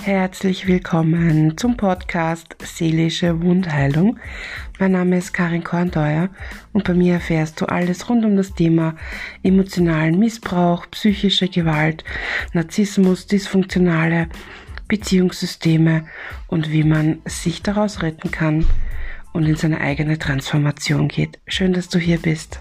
Herzlich willkommen zum Podcast Seelische Wundheilung. Mein Name ist Karin Kornteuer und bei mir erfährst du alles rund um das Thema emotionalen Missbrauch, psychische Gewalt, Narzissmus, dysfunktionale Beziehungssysteme und wie man sich daraus retten kann und in seine eigene Transformation geht. Schön, dass du hier bist.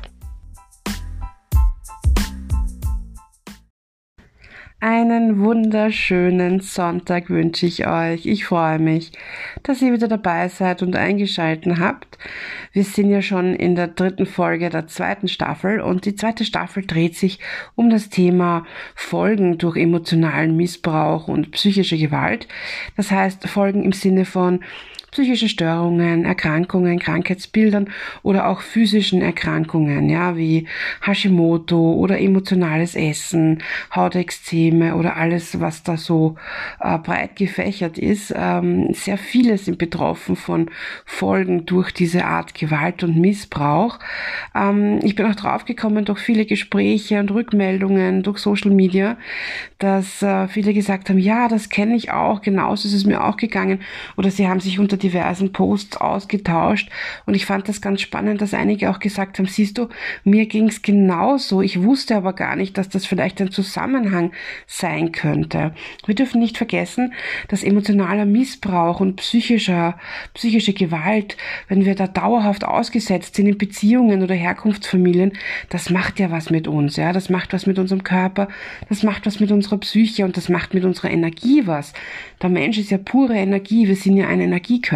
Einen wunderschönen Sonntag wünsche ich euch. Ich freue mich, dass ihr wieder dabei seid und eingeschaltet habt. Wir sind ja schon in der 3. Folge der 2. Staffel und die 2. Staffel dreht sich um das Thema Folgen durch emotionalen Missbrauch und psychische Gewalt. Das heißt, Folgen im Sinne von psychische Störungen, Erkrankungen, Krankheitsbildern oder auch physischen Erkrankungen, ja, wie Hashimoto oder emotionales Essen, Hautekzeme oder alles, was da so breit gefächert ist. Sehr viele sind betroffen von Folgen durch diese Art Gewalt und Missbrauch. Ich bin auch draufgekommen durch viele Gespräche und Rückmeldungen durch Social Media, dass viele gesagt haben, ja, das kenne ich auch, genauso ist es mir auch gegangen, oder sie haben sich unter diversen Posts ausgetauscht und ich fand das ganz spannend, dass einige auch gesagt haben, siehst du, mir ging's genauso, ich wusste aber gar nicht, dass das vielleicht ein Zusammenhang sein könnte. Wir dürfen nicht vergessen, dass emotionaler Missbrauch und psychische Gewalt, wenn wir da dauerhaft ausgesetzt sind in Beziehungen oder Herkunftsfamilien, das macht ja was mit uns, ja, das macht was mit unserem Körper, das macht was mit unserer Psyche und das macht mit unserer Energie was. Der Mensch ist ja pure Energie, wir sind ja ein Energiekörper.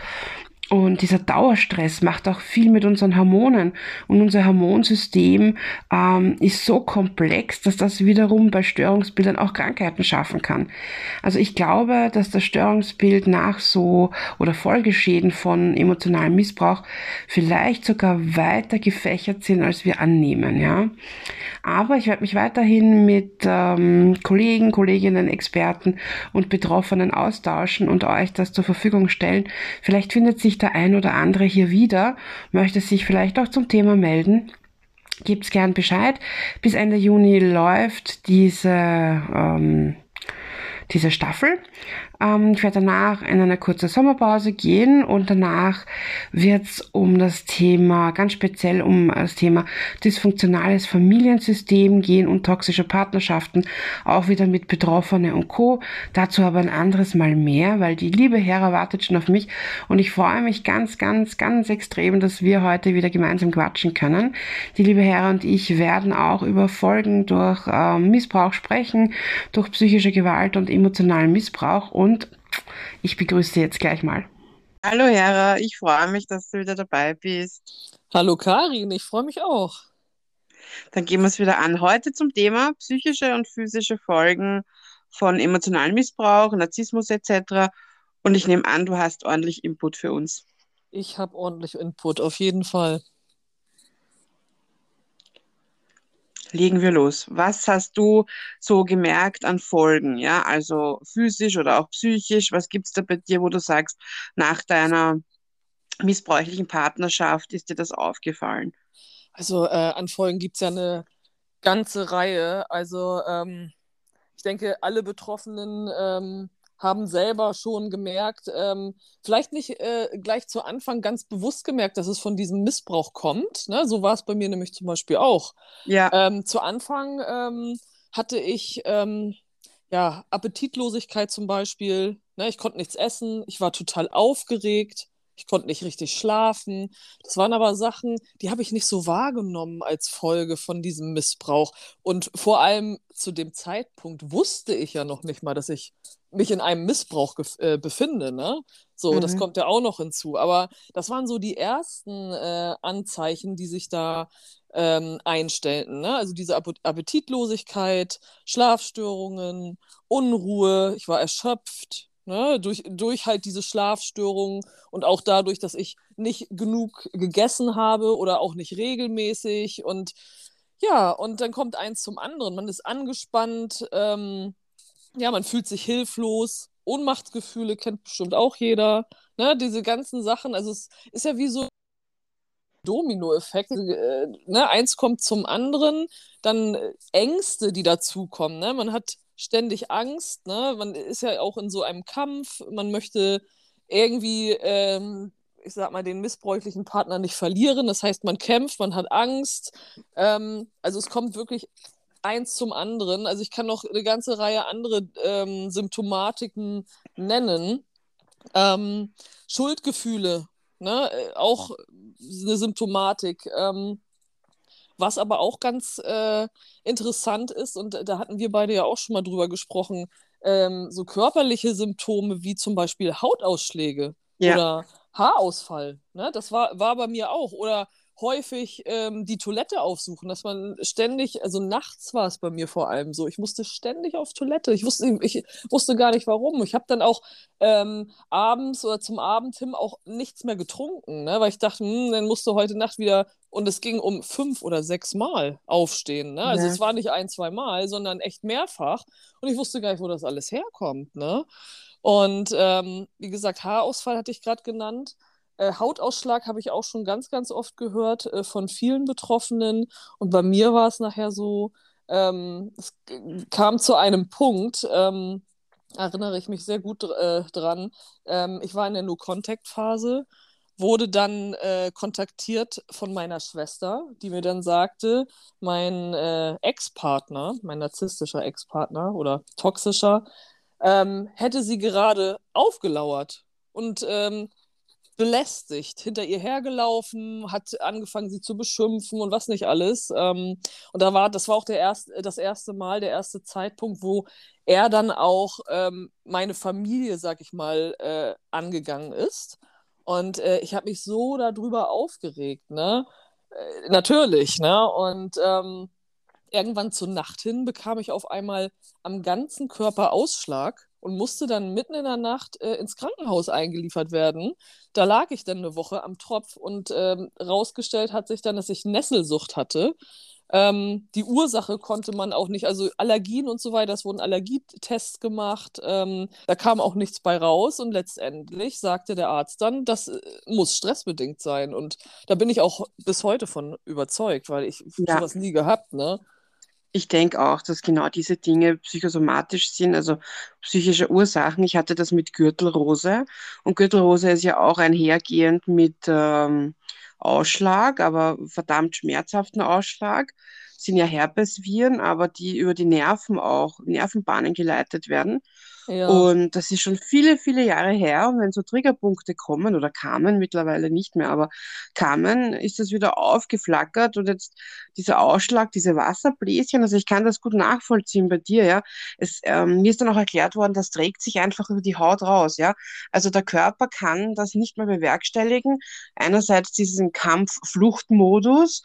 Und dieser Dauerstress macht auch viel mit unseren Hormonen. Und unser Hormonsystem ist so komplex, dass das wiederum bei Störungsbildern auch Krankheiten schaffen kann. Also ich glaube, dass das Störungsbild nach so oder Folgeschäden von emotionalem Missbrauch vielleicht sogar weiter gefächert sind, als wir annehmen, ja. Aber ich werde mich weiterhin mit Kollegen, Kolleginnen, Experten und Betroffenen austauschen und euch das zur Verfügung stellen. Vielleicht findet sich der ein oder andere hier wieder, möchte sich vielleicht auch zum Thema melden. Gibt's gern Bescheid. Bis Ende Juni läuft diese Staffel. Ich werde danach in eine kurze Sommerpause gehen und danach wird es ganz speziell um das Thema dysfunktionales Familiensystem gehen und toxische Partnerschaften, auch wieder mit Betroffene und Co. Dazu aber ein anderes Mal mehr, weil die liebe Hera wartet schon auf mich und ich freue mich ganz, ganz, ganz extrem, dass wir heute wieder gemeinsam quatschen können. Die liebe Hera und ich werden auch über Folgen durch Missbrauch sprechen, durch psychische Gewalt und emotionalen Missbrauch und ich begrüße Sie jetzt gleich mal. Hallo Hera, ich freue mich, dass du wieder dabei bist. Hallo Karin, ich freue mich auch. Dann gehen wir es wieder an. Heute zum Thema psychische und physische Folgen von emotionalem Missbrauch, Narzissmus etc. Und ich nehme an, du hast ordentlich Input für uns. Ich habe ordentlich Input, auf jeden Fall. Legen wir los. Was hast du so gemerkt an Folgen? Ja, also physisch oder auch psychisch. Was gibt es da bei dir, wo du sagst, nach deiner missbräuchlichen Partnerschaft ist dir das aufgefallen? Also an Folgen gibt es ja eine ganze Reihe. Also ich denke, alle Betroffenen haben selber schon gemerkt, vielleicht nicht gleich zu Anfang ganz bewusst gemerkt, dass es von diesem Missbrauch kommt. Ne? So war es bei mir nämlich zum Beispiel auch. Ja, Zu Anfang hatte ich ja, Appetitlosigkeit zum Beispiel. Ne? Ich konnte nichts essen, ich war total aufgeregt. Ich konnte nicht richtig schlafen. Das waren aber Sachen, die habe ich nicht so wahrgenommen als Folge von diesem Missbrauch. Und vor allem zu dem Zeitpunkt wusste ich ja noch nicht mal, dass ich mich in einem Missbrauch befinde. Ne? So, das mhm. kommt ja auch noch hinzu. Aber das waren so die ersten Anzeichen, die sich da einstellten. Ne? Also diese Appetitlosigkeit, Schlafstörungen, Unruhe, ich war erschöpft. Ne? Durch halt diese Schlafstörungen und auch dadurch, dass ich nicht genug gegessen habe oder auch nicht regelmäßig. Und ja, und dann kommt eins zum anderen. Man ist angespannt, ja, man fühlt sich hilflos. Ohnmachtsgefühle kennt bestimmt auch jeder. Ne? Diese ganzen Sachen. Also es ist ja wie so ein Dominoeffekt. Ne? Eins kommt zum anderen, dann Ängste, die dazukommen. Ne? Man hat ständig Angst, ne? Man ist ja auch in so einem Kampf, man möchte irgendwie, ich sag mal, den missbräuchlichen Partner nicht verlieren. Das heißt, man kämpft, man hat Angst. Also es kommt wirklich eins zum anderen. Also ich kann noch eine ganze Reihe andere Symptomatiken nennen. Schuldgefühle, ne? Auch eine Symptomatik. Was aber auch ganz interessant ist, und da hatten wir beide ja auch schon mal drüber gesprochen, so körperliche Symptome wie zum Beispiel Hautausschläge Ja, oder Haarausfall. Ne? Das war bei mir auch. Oder häufig die Toilette aufsuchen, dass man ständig, also nachts war es bei mir vor allem so, ich musste ständig auf Toilette. Ich wusste gar nicht warum. Ich habe dann auch abends oder zum Abend hin auch nichts mehr getrunken, ne? Weil ich dachte, dann musst du heute Nacht wieder, und es ging um 5 oder 6 Mal aufstehen, ne? Also ja. es war nicht ein, zwei Mal, sondern echt mehrfach. Und ich wusste gar nicht, wo das alles herkommt, ne? Und wie gesagt, Haarausfall hatte ich gerade genannt. Hautausschlag habe ich auch schon ganz, ganz oft gehört von vielen Betroffenen. Und bei mir war es nachher so, es kam zu einem Punkt, erinnere ich mich sehr gut dran. Ich war in der No-Contact-Phase, wurde dann kontaktiert von meiner Schwester, die mir dann sagte, mein Ex-Partner, mein narzisstischer Ex-Partner oder toxischer, hätte sie gerade aufgelauert und belästigt, hinter ihr hergelaufen, hat angefangen, sie zu beschimpfen und was nicht alles. Und das war auch das erste Mal, der erste Zeitpunkt, wo er dann auch meine Familie, sag ich mal, angegangen ist. Und ich habe mich so darüber aufgeregt, ne? Natürlich, ne? Und irgendwann zur Nacht hin bekam ich auf einmal am ganzen Körper Ausschlag und musste dann mitten in der Nacht ins Krankenhaus eingeliefert werden. Da lag ich dann eine Woche am Tropf und rausgestellt hat sich dann, dass ich Nesselsucht hatte. Die Ursache konnte man auch nicht, also Allergien und so weiter, es wurden Allergietests gemacht, da kam auch nichts bei raus und letztendlich sagte der Arzt dann, das muss stressbedingt sein und da bin ich auch bis heute von überzeugt, weil ich Ja, sowas nie gehabt, ne? ich denke auch, dass genau diese Dinge psychosomatisch sind, also psychische Ursachen. Ich hatte das mit Gürtelrose und Gürtelrose ist ja auch einhergehend mit Ausschlag, aber verdammt schmerzhaften Ausschlag. Sind ja Herpesviren, aber die über die Nerven auch, Nervenbahnen geleitet werden. Ja. Und das ist schon viele, viele Jahre her. Und wenn so Triggerpunkte kommen oder kamen, mittlerweile nicht mehr, aber kamen, ist das wieder aufgeflackert. Und jetzt dieser Ausschlag, diese Wasserbläschen, also ich kann das gut nachvollziehen bei dir, ja. Mir ist dann auch erklärt worden, das trägt sich einfach über die Haut raus, ja. Also der Körper kann das nicht mehr bewerkstelligen. Einerseits diesen Kampf-Flucht-Modus,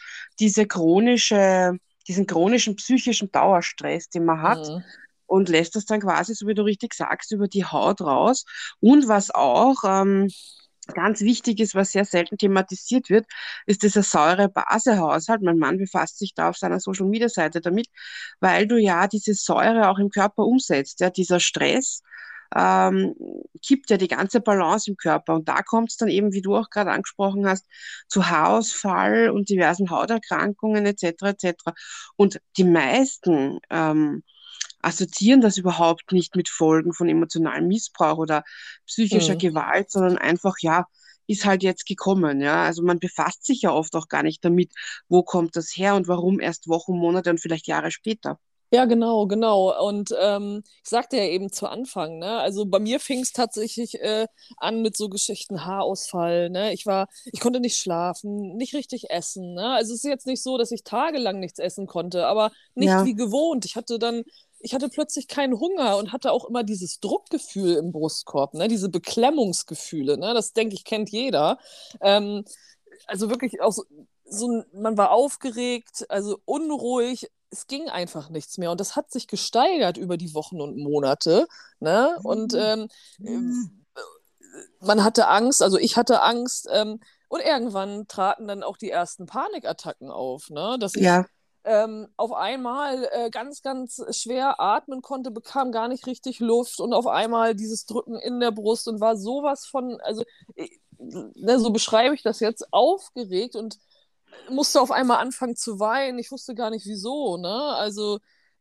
diesen chronischen psychischen Dauerstress, den man hat Mhm. und lässt das dann quasi, so wie du richtig sagst, über die Haut raus. Und was auch ganz wichtig ist, was sehr selten thematisiert wird, ist dieser Säure-Base-Haushalt. Mein Mann befasst sich da auf seiner Social-Media-Seite damit, weil du ja diese Säure auch im Körper umsetzt. Ja, dieser Stress ähm, kippt ja die ganze Balance im Körper. Und da kommt es dann eben, wie du auch gerade angesprochen hast, zu Haarausfall und diversen Hauterkrankungen etc. etc. Und die meisten assoziieren das überhaupt nicht mit Folgen von emotionalem Missbrauch oder psychischer Mhm. Gewalt, sondern einfach, ja, ist halt jetzt gekommen, ja. Also man befasst sich ja oft auch gar nicht damit, wo kommt das her und warum erst Wochen, Monate und vielleicht Jahre später. Ja, genau, genau. Und ich sagte ja eben zu Anfang, ne, also bei mir fing es tatsächlich an mit so Geschichten Haarausfall, ne? Ich konnte nicht schlafen, nicht richtig essen, ne? Also es ist jetzt nicht so, dass ich tagelang nichts essen konnte, aber nicht Ja, wie gewohnt. Ich hatte plötzlich keinen Hunger und hatte auch immer dieses Druckgefühl im Brustkorb, ne? Diese Beklemmungsgefühle, ne? Das denke ich, kennt jeder. Ähm, also wirklich auch man war aufgeregt, also unruhig, es ging einfach nichts mehr. Und das hat sich gesteigert über die Wochen und Monate. Ne? Und äh, man hatte Angst, also ich hatte Angst. Und irgendwann traten dann auch die ersten Panikattacken auf, ne? Dass ich ja, auf einmal ganz, ganz schwer atmen konnte, bekam gar nicht richtig Luft und auf einmal dieses Drücken in der Brust und war sowas von, also ne, so beschreibe ich das jetzt, aufgeregt und musste auf einmal anfangen zu weinen. Ich wusste gar nicht wieso, ne? Also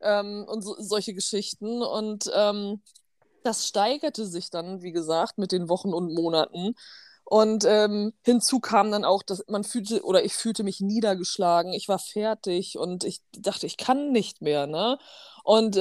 und solche Geschichten. Und das steigerte sich dann, wie gesagt, mit den Wochen und Monaten. Und hinzu kam dann auch, dass ich fühlte mich niedergeschlagen, ich war fertig und ich dachte, ich kann nicht mehr, ne? Und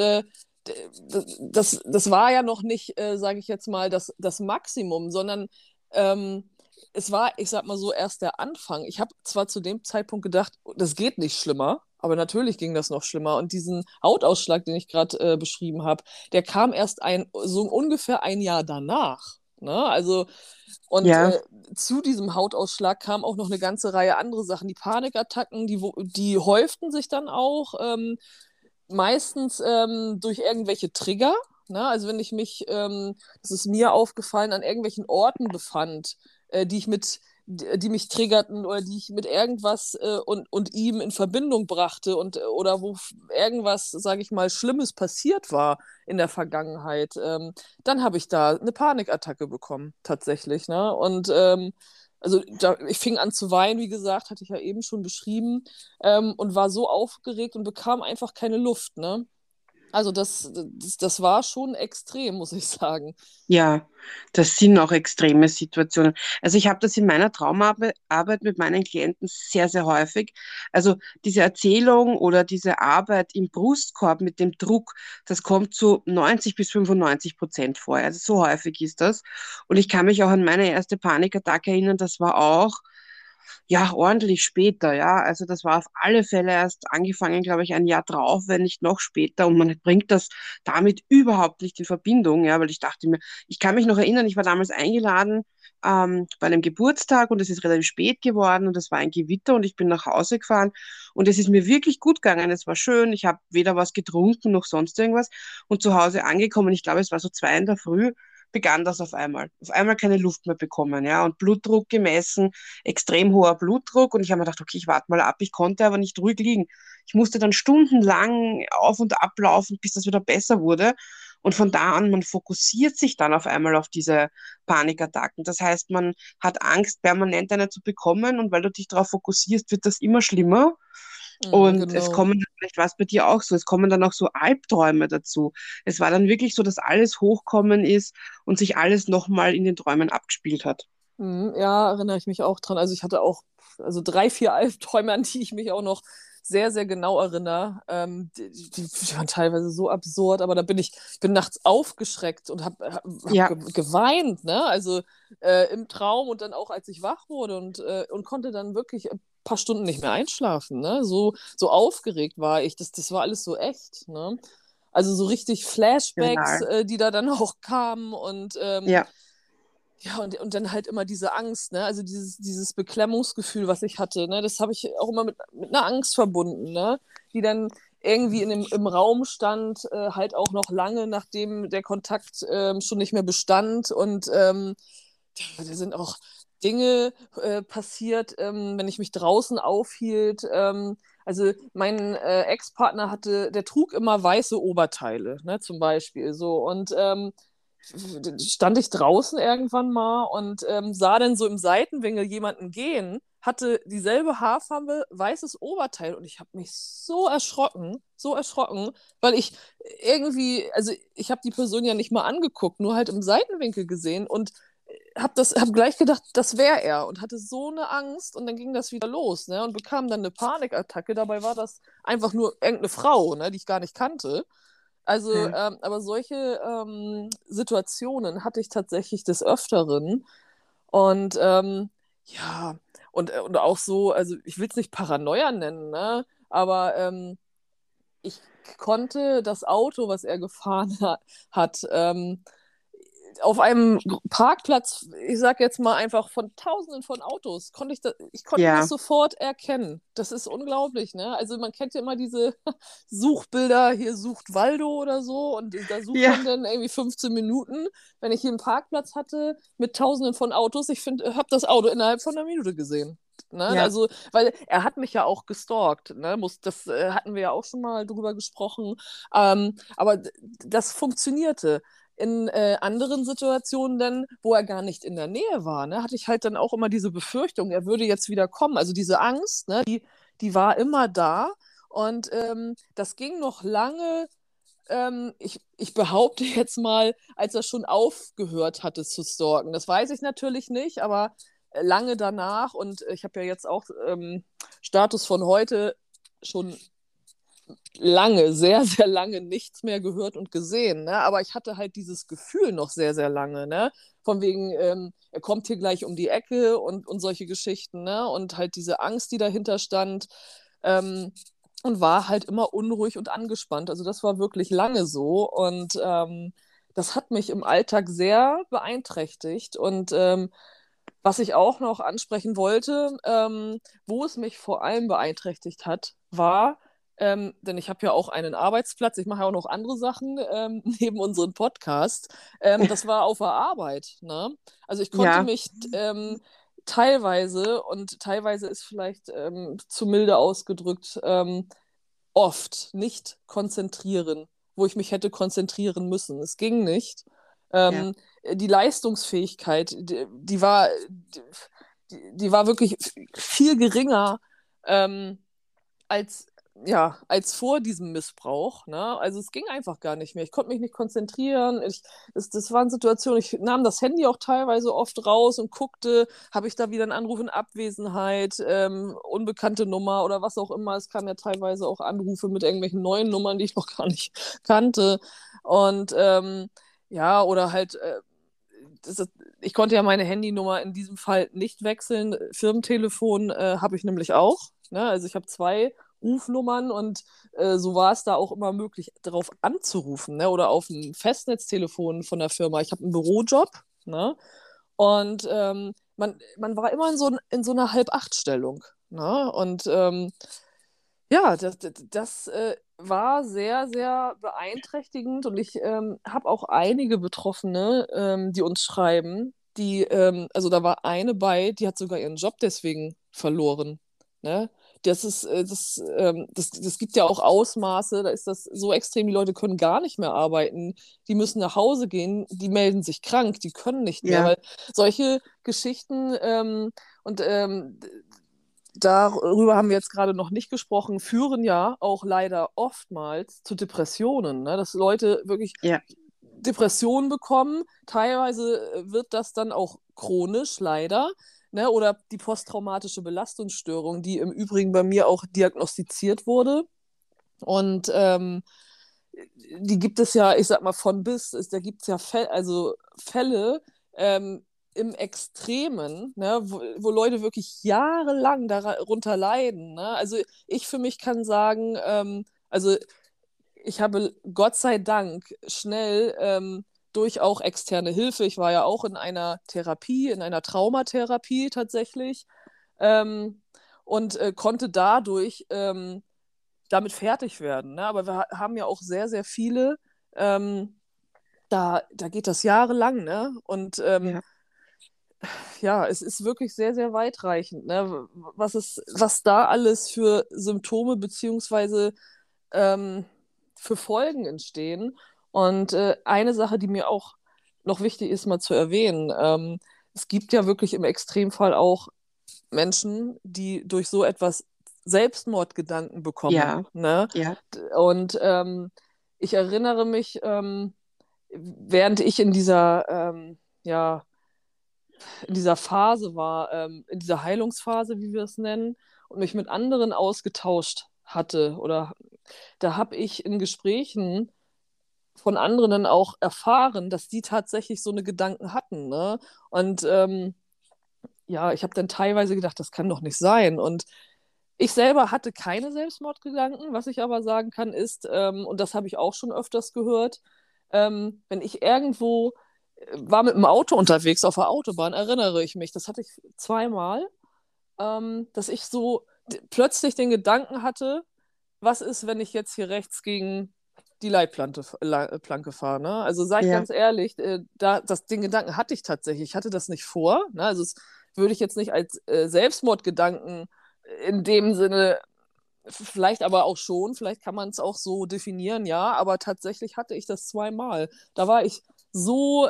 das war ja noch nicht, sage ich jetzt mal, das Maximum, sondern ähm, es war, ich sag mal so, erst der Anfang. Ich habe zwar zu dem Zeitpunkt gedacht, das geht nicht schlimmer, aber natürlich ging das noch schlimmer. Und diesen Hautausschlag, den ich gerade beschrieben habe, der kam erst so ungefähr ein Jahr danach. Ne? Also, und Ja, zu diesem Hautausschlag kam auch noch eine ganze Reihe andere Sachen. Die Panikattacken, die häuften sich dann auch. Meistens durch irgendwelche Trigger. Ne? Also wenn ich mich, das ist mir aufgefallen, an irgendwelchen Orten befand, die mich triggerten oder die ich mit irgendwas und ihm in Verbindung brachte oder wo irgendwas, sage ich mal, Schlimmes passiert war in der Vergangenheit, dann habe ich da eine Panikattacke bekommen, tatsächlich. Ne? Und ich fing an zu weinen, wie gesagt, hatte ich ja eben schon beschrieben, und war so aufgeregt und bekam einfach keine Luft. Ne? Also das war schon extrem, muss ich sagen. ja, das sind auch extreme Situationen. Also ich habe das in meiner Traumarbeit mit meinen Klienten sehr, sehr häufig. Also diese Erzählung oder diese Arbeit im Brustkorb mit dem Druck, das kommt zu 90 bis 95% vor. Also so häufig ist das. Und ich kann mich auch an meine erste Panikattacke erinnern, das war auch ja, ordentlich später, ja. Also das war auf alle Fälle erst angefangen, glaube ich, ein Jahr drauf, wenn nicht noch später. Und man bringt das damit überhaupt nicht in Verbindung, ja, weil ich dachte mir, ich kann mich noch erinnern, ich war damals eingeladen bei einem Geburtstag und es ist relativ spät geworden und es war ein Gewitter und ich bin nach Hause gefahren und es ist mir wirklich gut gegangen. Es war schön, ich habe weder was getrunken noch sonst irgendwas und zu Hause angekommen, ich glaube, es war so 2 in der Früh, begann das auf einmal. Auf einmal keine Luft mehr bekommen, ja, und Blutdruck gemessen, extrem hoher Blutdruck und ich habe mir gedacht, okay, ich warte mal ab, ich konnte aber nicht ruhig liegen. Ich musste dann stundenlang auf und ablaufen, bis das wieder besser wurde. Und von da an, man fokussiert sich dann auf einmal auf diese Panikattacken. Das heißt, man hat Angst, permanent eine zu bekommen und weil du dich darauf fokussierst, wird das immer schlimmer. Und es Genau. kommen, vielleicht war es bei dir auch so, es kommen dann auch so Albträume dazu. Es war dann wirklich so, dass alles hochkommen ist und sich alles nochmal in den Träumen abgespielt hat. Ja, erinnere ich mich auch dran. Also ich hatte auch also 3, 4 Albträume, an die ich mich auch noch sehr, sehr genau erinnere. Die waren teilweise so absurd, aber ich bin nachts aufgeschreckt und hab Ja, geweint, ne? Also im Traum und dann auch, als ich wach wurde und konnte dann wirklich ein paar Stunden nicht mehr einschlafen, ne? So aufgeregt war ich. Das war alles so echt, ne? Also so richtig Flashbacks, genial. die da dann auch kamen und Ja, ja, und dann halt immer diese Angst, ne? Also dieses Beklemmungsgefühl, was ich hatte, ne? Das habe ich auch immer mit einer Angst verbunden, ne? Die dann irgendwie im Raum stand, halt auch noch lange, nachdem der Kontakt schon nicht mehr bestand. Und da sind auch Dinge passiert, wenn ich mich draußen aufhielt. Also mein Ex-Partner der trug immer weiße Oberteile, ne, zum Beispiel so. Und stand ich draußen irgendwann mal und sah dann so im Seitenwinkel jemanden gehen, hatte dieselbe Haarfarbe, weißes Oberteil und ich habe mich so erschrocken, weil ich irgendwie, also ich habe die Person ja nicht mal angeguckt, nur halt im Seitenwinkel gesehen und hab gleich gedacht, das wäre er und hatte so eine Angst und dann ging das wieder los, ne, und bekam dann eine Panikattacke. Dabei war das einfach nur irgendeine Frau, ne, die ich gar nicht kannte. Also, ja. aber solche Situationen hatte ich tatsächlich des Öfteren. Und ja, und auch so, also ich will es nicht Paranoia nennen, ne? Aber ich konnte das Auto, was er gefahren hat, auf einem Parkplatz, ich sag jetzt mal einfach von Tausenden von Autos, ich konnte das Ja, sofort erkennen. Das ist unglaublich, ne? Also man kennt ja immer diese Suchbilder, hier sucht Waldo oder so und da sucht ja, man dann irgendwie 15 Minuten. Wenn ich hier einen Parkplatz hatte mit Tausenden von Autos, habe das Auto innerhalb von einer Minute gesehen. Ne? ja, Also, weil er hat mich ja auch gestalkt, ne? Das hatten wir ja auch schon mal drüber gesprochen. Aber das funktionierte in anderen Situationen dann, wo er gar nicht in der Nähe war, ne, hatte ich halt dann auch immer diese Befürchtung, er würde jetzt wieder kommen. Also diese Angst, ne, die war immer da. Und das ging noch lange, ich behaupte jetzt mal, als er schon aufgehört hatte zu stalken. Das weiß ich natürlich nicht, aber lange danach, und ich habe ja jetzt auch Status von heute schon lange, sehr, sehr lange nichts mehr gehört und gesehen, ne? Aber ich hatte halt dieses Gefühl noch sehr, sehr lange, ne? Von wegen, er kommt hier gleich um die Ecke und solche Geschichten, ne? Und halt diese Angst, die dahinter stand, ähm, und war halt immer unruhig und angespannt. Also das war wirklich lange so und das hat mich im Alltag sehr beeinträchtigt und was ich auch noch ansprechen wollte, wo es mich vor allem beeinträchtigt hat, war, denn ich habe ja auch einen Arbeitsplatz, ich mache ja auch noch andere Sachen neben unserem Podcast. Das war auf der Arbeit. Ne? Also ich konnte Ja, mich teilweise, und teilweise ist vielleicht zu milde ausgedrückt, oft nicht konzentrieren, wo ich mich hätte konzentrieren müssen. Es ging nicht. ja, Die Leistungsfähigkeit, die war wirklich viel geringer ähm, als, ja, als vor diesem Missbrauch. Ne? Also es ging einfach gar nicht mehr. Ich konnte mich nicht konzentrieren. Das waren Situationen, ich nahm das Handy auch teilweise oft raus und guckte, habe ich da wieder einen Anruf in Abwesenheit, unbekannte Nummer oder was auch immer. Es kamen ja teilweise auch Anrufe mit irgendwelchen neuen Nummern, die ich noch gar nicht kannte. Und ja, oder halt ich konnte ja meine Handynummer in diesem Fall nicht wechseln. Firmentelefon habe ich nämlich auch. Ne? Also ich habe zwei Rufnummern und so war es da auch immer möglich, darauf anzurufen, ne? Oder auf ein Festnetztelefon von der Firma. Ich habe einen Bürojob, ne? Und man war immer in so einer Halb-Acht-Stellung. Ne? Und ja, das war sehr, sehr beeinträchtigend und ich habe auch einige Betroffene, die uns schreiben, also da war eine bei, die hat sogar ihren Job deswegen verloren. Ne? Das gibt ja auch Ausmaße, da ist das so extrem, die Leute können gar nicht mehr arbeiten, die müssen nach Hause gehen, die melden sich krank, die können nicht mehr, ja, weil solche Geschichten und darüber haben wir jetzt gerade noch nicht gesprochen, führen ja auch leider oftmals zu Depressionen, ne? Dass Leute wirklich ja, Depressionen bekommen. Teilweise wird das dann auch chronisch, leider. Ne? Oder die posttraumatische Belastungsstörung, die im Übrigen bei mir auch diagnostiziert wurde. Und die gibt es ja, ich sag mal, von bis. Da gibt es ja Fälle im Extremen, ne, wo Leute wirklich jahrelang darunter leiden. Ne? Also ich für mich kann sagen, also ich habe Gott sei Dank schnell durch auch externe Hilfe, ich war ja auch in einer Therapie, in einer Traumatherapie tatsächlich, ähm, und konnte dadurch damit fertig werden. Ne? Aber wir haben ja auch sehr, sehr viele, ähm, da geht das jahrelang. Ne? Und ja, ja, es ist wirklich sehr, sehr weitreichend, ne? Was da alles für Symptome beziehungsweise für Folgen entstehen. Und eine Sache, die mir auch noch wichtig ist, mal zu erwähnen, es gibt ja wirklich im Extremfall auch Menschen, die durch so etwas Selbstmordgedanken bekommen. ja, Ne? ja, Und ich erinnere mich, während ich ja, in dieser Phase war, in dieser Heilungsphase, wie wir es nennen, und mich mit anderen ausgetauscht hatte, oder da habe ich in Gesprächen von anderen dann auch erfahren, dass die tatsächlich so eine Gedanken hatten. Ne? Und ja, ich habe dann teilweise gedacht, das kann doch nicht sein. Und ich selber hatte keine Selbstmordgedanken. Was ich aber sagen kann, ist, und das habe ich auch schon öfters gehört, wenn ich irgendwo war mit dem Auto unterwegs auf der Autobahn, erinnere ich mich, das hatte ich zweimal, dass ich so plötzlich den Gedanken hatte, was ist, wenn ich jetzt hier rechts gegen die Planke fahre. Ne? Also sag ich ja, ganz ehrlich, den Gedanken hatte ich tatsächlich. Ich hatte das nicht vor. Ne? Also das würde ich jetzt nicht als Selbstmordgedanken in dem Sinne, vielleicht aber auch schon, vielleicht kann man es auch so definieren, ja, aber tatsächlich hatte ich das zweimal. Da war ich so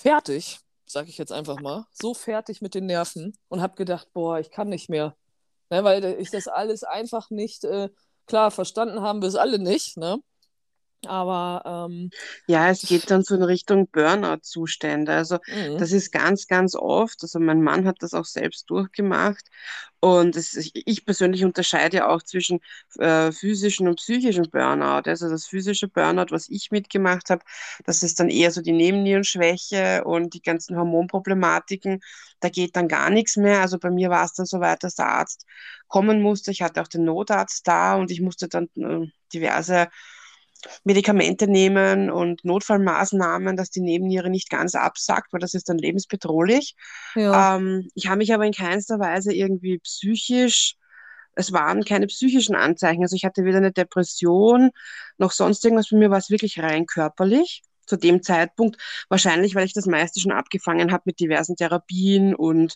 fertig, sag ich jetzt einfach mal, so fertig mit den Nerven und habe gedacht, boah, ich kann nicht mehr. Ne, weil ich das alles einfach nicht, klar, verstanden haben wir es alle nicht, ne? Aber Ja, es geht das, dann so in Richtung Burnout-Zustände. Also mhm. das ist ganz, ganz oft. Also mein Mann hat das auch selbst durchgemacht. Und ich persönlich unterscheide ja auch zwischen physischen und psychischen Burnout. Also das physische Burnout, was ich mitgemacht habe, das ist dann eher so die Nebennierenschwäche und die ganzen Hormonproblematiken. Da geht dann gar nichts mehr. Also bei mir war es dann so weit, dass der Arzt kommen musste. Ich hatte auch den Notarzt da und ich musste dann diverse Medikamente nehmen und Notfallmaßnahmen, dass die Nebenniere nicht ganz absackt, weil das ist dann lebensbedrohlich. Ja. Ich habe mich aber in keinster Weise irgendwie psychisch, es waren keine psychischen Anzeichen. Also ich hatte weder eine Depression noch sonst irgendwas. Bei mir war es wirklich rein körperlich. Zu dem Zeitpunkt, wahrscheinlich, weil ich das meiste schon abgefangen habe mit diversen Therapien und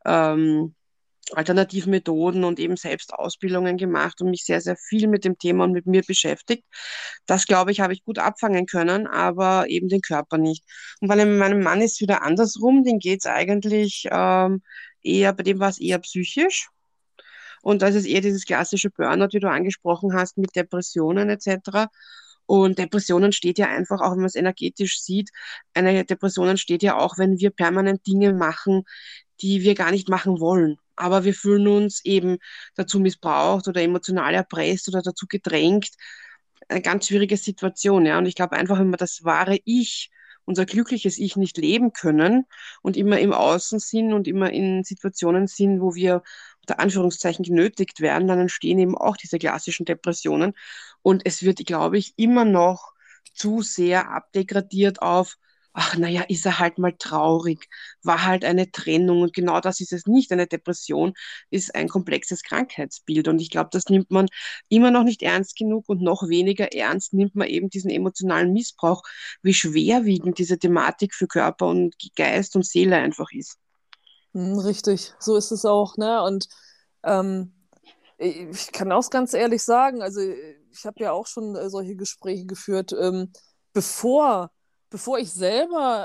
alternativen Methoden und eben selbst Ausbildungen gemacht und mich sehr, sehr viel mit dem Thema und mit mir beschäftigt. Das, glaube ich, habe ich gut abfangen können, aber eben den Körper nicht. Und bei meinem Mann ist es wieder andersrum, den geht es eigentlich eher, bei dem war es eher psychisch. Und das ist eher dieses klassische Burnout, wie du angesprochen hast, mit Depressionen etc. Und Depression entsteht ja einfach, auch wenn man es energetisch sieht, eine Depression entsteht ja auch, wenn wir permanent Dinge machen, die wir gar nicht machen wollen. Aber wir fühlen uns eben dazu missbraucht oder emotional erpresst oder dazu gedrängt. Eine ganz schwierige Situation, ja. Und ich glaube einfach, wenn wir das wahre Ich, unser glückliches Ich nicht leben können und immer im Außen sind und immer in Situationen sind, wo wir unter Anführungszeichen genötigt werden, dann entstehen eben auch diese klassischen Depressionen. Und es wird, glaube ich, immer noch zu sehr abdegradiert auf, ach, naja, ist er halt mal traurig, war halt eine Trennung. Und genau das ist es nicht. Eine Depression ist ein komplexes Krankheitsbild. Und ich glaube, das nimmt man immer noch nicht ernst genug und noch weniger ernst nimmt man eben diesen emotionalen Missbrauch, wie schwerwiegend diese Thematik für Körper und Geist und Seele einfach ist. Richtig, so ist es auch, ne? Und ähm, ich kann auch ganz ehrlich sagen, also ich habe ja auch schon solche Gespräche geführt, bevor, bevor ich selber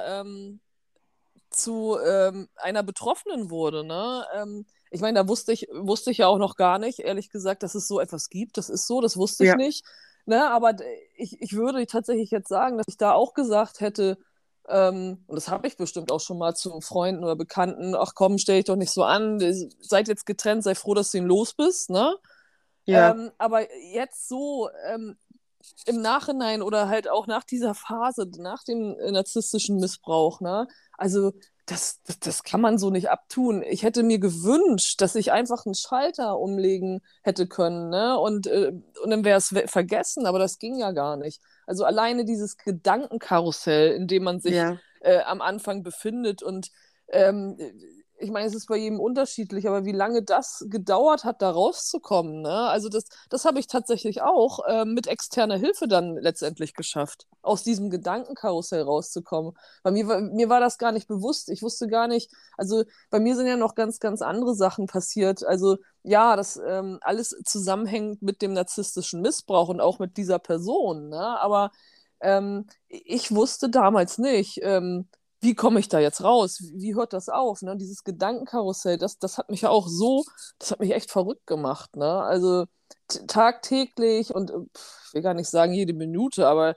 zu einer Betroffenen wurde, ne? Ich meine, da wusste ich ja auch noch gar nicht, ehrlich gesagt, dass es so etwas gibt. Das ist so, das wusste ich Ja, nicht. Ne? Aber ich würde tatsächlich jetzt sagen, dass ich da auch gesagt hätte, und das habe ich bestimmt auch schon mal zu Freunden oder Bekannten, ach komm, stell dich doch nicht so an, seid jetzt getrennt, sei froh, dass du ihn los bist, ne? ja, Aber jetzt so im Nachhinein oder halt auch nach dieser Phase, nach dem narzisstischen Missbrauch, ne? Also das kann man so nicht abtun. Ich hätte mir gewünscht, dass ich einfach einen Schalter umlegen hätte können, ne? Und dann wäre es vergessen, aber das ging ja gar nicht. Also alleine dieses Gedankenkarussell, in dem man sich ja. am Anfang befindet und ähm, ich meine, es ist bei jedem unterschiedlich, aber wie lange das gedauert hat, da rauszukommen, ne? Also das habe ich tatsächlich auch mit externer Hilfe dann letztendlich geschafft, aus diesem Gedankenkarussell rauszukommen. Mir war das gar nicht bewusst. Ich wusste gar nicht, also bei mir sind ja noch ganz, ganz andere Sachen passiert. Also ja, das alles zusammenhängt mit dem narzisstischen Missbrauch und auch mit dieser Person, ne? Aber ich wusste damals nicht, wie komme ich da jetzt raus? Wie hört das auf? Ne? Dieses Gedankenkarussell, das hat mich ja auch so, das hat mich echt verrückt gemacht. Ne? Also tagtäglich und ich will gar nicht sagen jede Minute, aber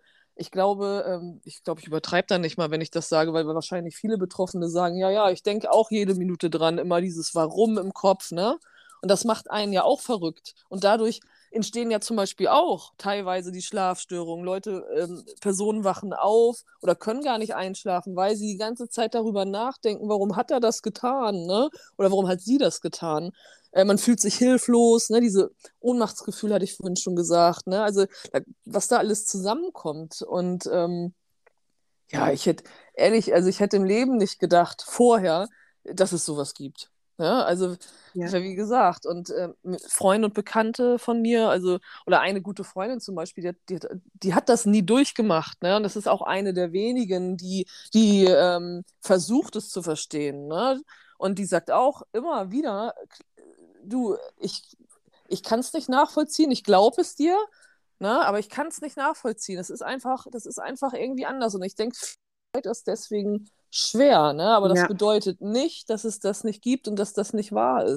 ich glaube, ich übertreibe da nicht mal, wenn ich das sage, weil wahrscheinlich viele Betroffene sagen, ja, ja, ich denke auch jede Minute dran, immer dieses Warum im Kopf, ne? Und das macht einen ja auch verrückt. Und dadurch entstehen ja zum Beispiel auch teilweise die Schlafstörungen. Leute, Personen wachen auf oder können gar nicht einschlafen, weil sie die ganze Zeit darüber nachdenken, warum hat er das getan, ne? Oder warum hat sie das getan? Man fühlt sich hilflos, ne? Diese Ohnmachtsgefühl hatte ich vorhin schon gesagt, ne? Also was da alles zusammenkommt. Und ja, ich hätte, ehrlich, also ich hätte im Leben nicht gedacht, vorher, dass es sowas gibt. Ja, also, Ja. wie gesagt, und Freunde und Bekannte von mir, also, oder eine gute Freundin zum Beispiel, die hat das nie durchgemacht, ne? Und das ist auch eine der wenigen, die versucht es zu verstehen, ne? Und die sagt auch immer wieder, du, ich kann es nicht nachvollziehen, ich glaube es dir, ne? Aber ich kann es nicht nachvollziehen. Das ist einfach irgendwie anders. Und ich denke, das ist deswegen schwer, ne? Aber das Ja. bedeutet nicht, dass es das nicht gibt und dass das nicht wahr ist.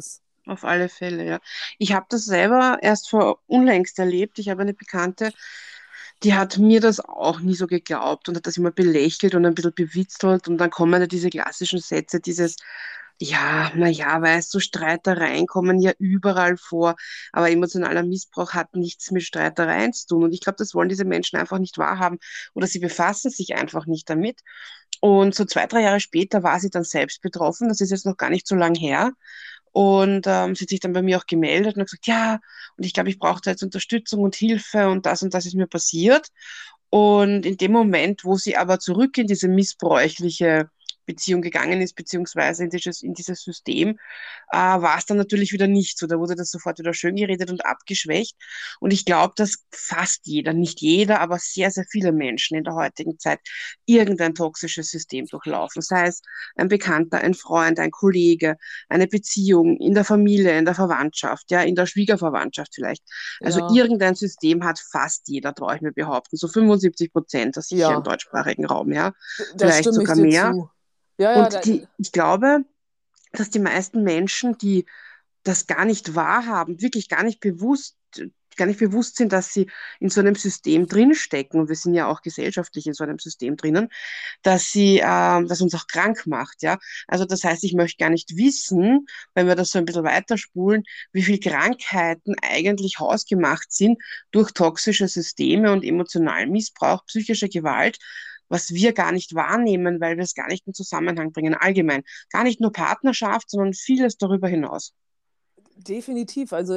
Auf alle Fälle, ja. Ich habe das selber erst vor unlängst erlebt. Ich habe eine Bekannte, die hat mir das auch nie so geglaubt und hat das immer belächelt und ein bisschen bewitzelt. Und dann kommen ja diese klassischen Sätze, dieses, ja, naja, weißt du, Streitereien kommen ja überall vor, aber emotionaler Missbrauch hat nichts mit Streitereien zu tun. Und ich glaube, das wollen diese Menschen einfach nicht wahrhaben oder sie befassen sich einfach nicht damit. Und so 2, 3 Jahre später war sie dann selbst betroffen. Das ist jetzt noch gar nicht so lang her. Und sie hat sich dann bei mir auch gemeldet und hat gesagt, ja, und ich glaube, ich brauche da jetzt Unterstützung und das ist mir passiert. Und in dem Moment, wo sie aber zurück in diese missbräuchliche Beziehung gegangen ist, beziehungsweise in dieses System, war es dann natürlich wieder nicht so. Da wurde das sofort wieder schön geredet und abgeschwächt. Und ich glaube, dass fast jeder, nicht jeder, aber sehr, sehr viele Menschen in der heutigen Zeit irgendein toxisches System durchlaufen. Sei es ein Bekannter, ein Freund, ein Kollege, eine Beziehung in der Familie, in der Verwandtschaft, ja, in der Schwiegerverwandtschaft vielleicht. Also Ja, irgendein System hat fast jeder, traue ich mir behaupten. So 75%, das sicher im ja, deutschsprachigen Raum, ja. da Vielleicht stimme ich sogar dir mehr. zu. Ja, ja, Und ich glaube, dass die meisten Menschen, die das gar nicht wahrhaben, wirklich gar nicht bewusst sind, dass sie in so einem System drinstecken, und wir sind ja auch gesellschaftlich in so einem System drinnen, dass uns auch krank macht, ja. Also das heißt, ich möchte gar nicht wissen, wenn wir das so ein bisschen weiterspulen, wie viele Krankheiten eigentlich hausgemacht sind durch toxische Systeme und emotionalen Missbrauch, psychische Gewalt, was wir gar nicht wahrnehmen, weil wir es gar nicht in Zusammenhang bringen, allgemein. Gar nicht nur Partnerschaft, sondern vieles darüber hinaus. definitiv. Also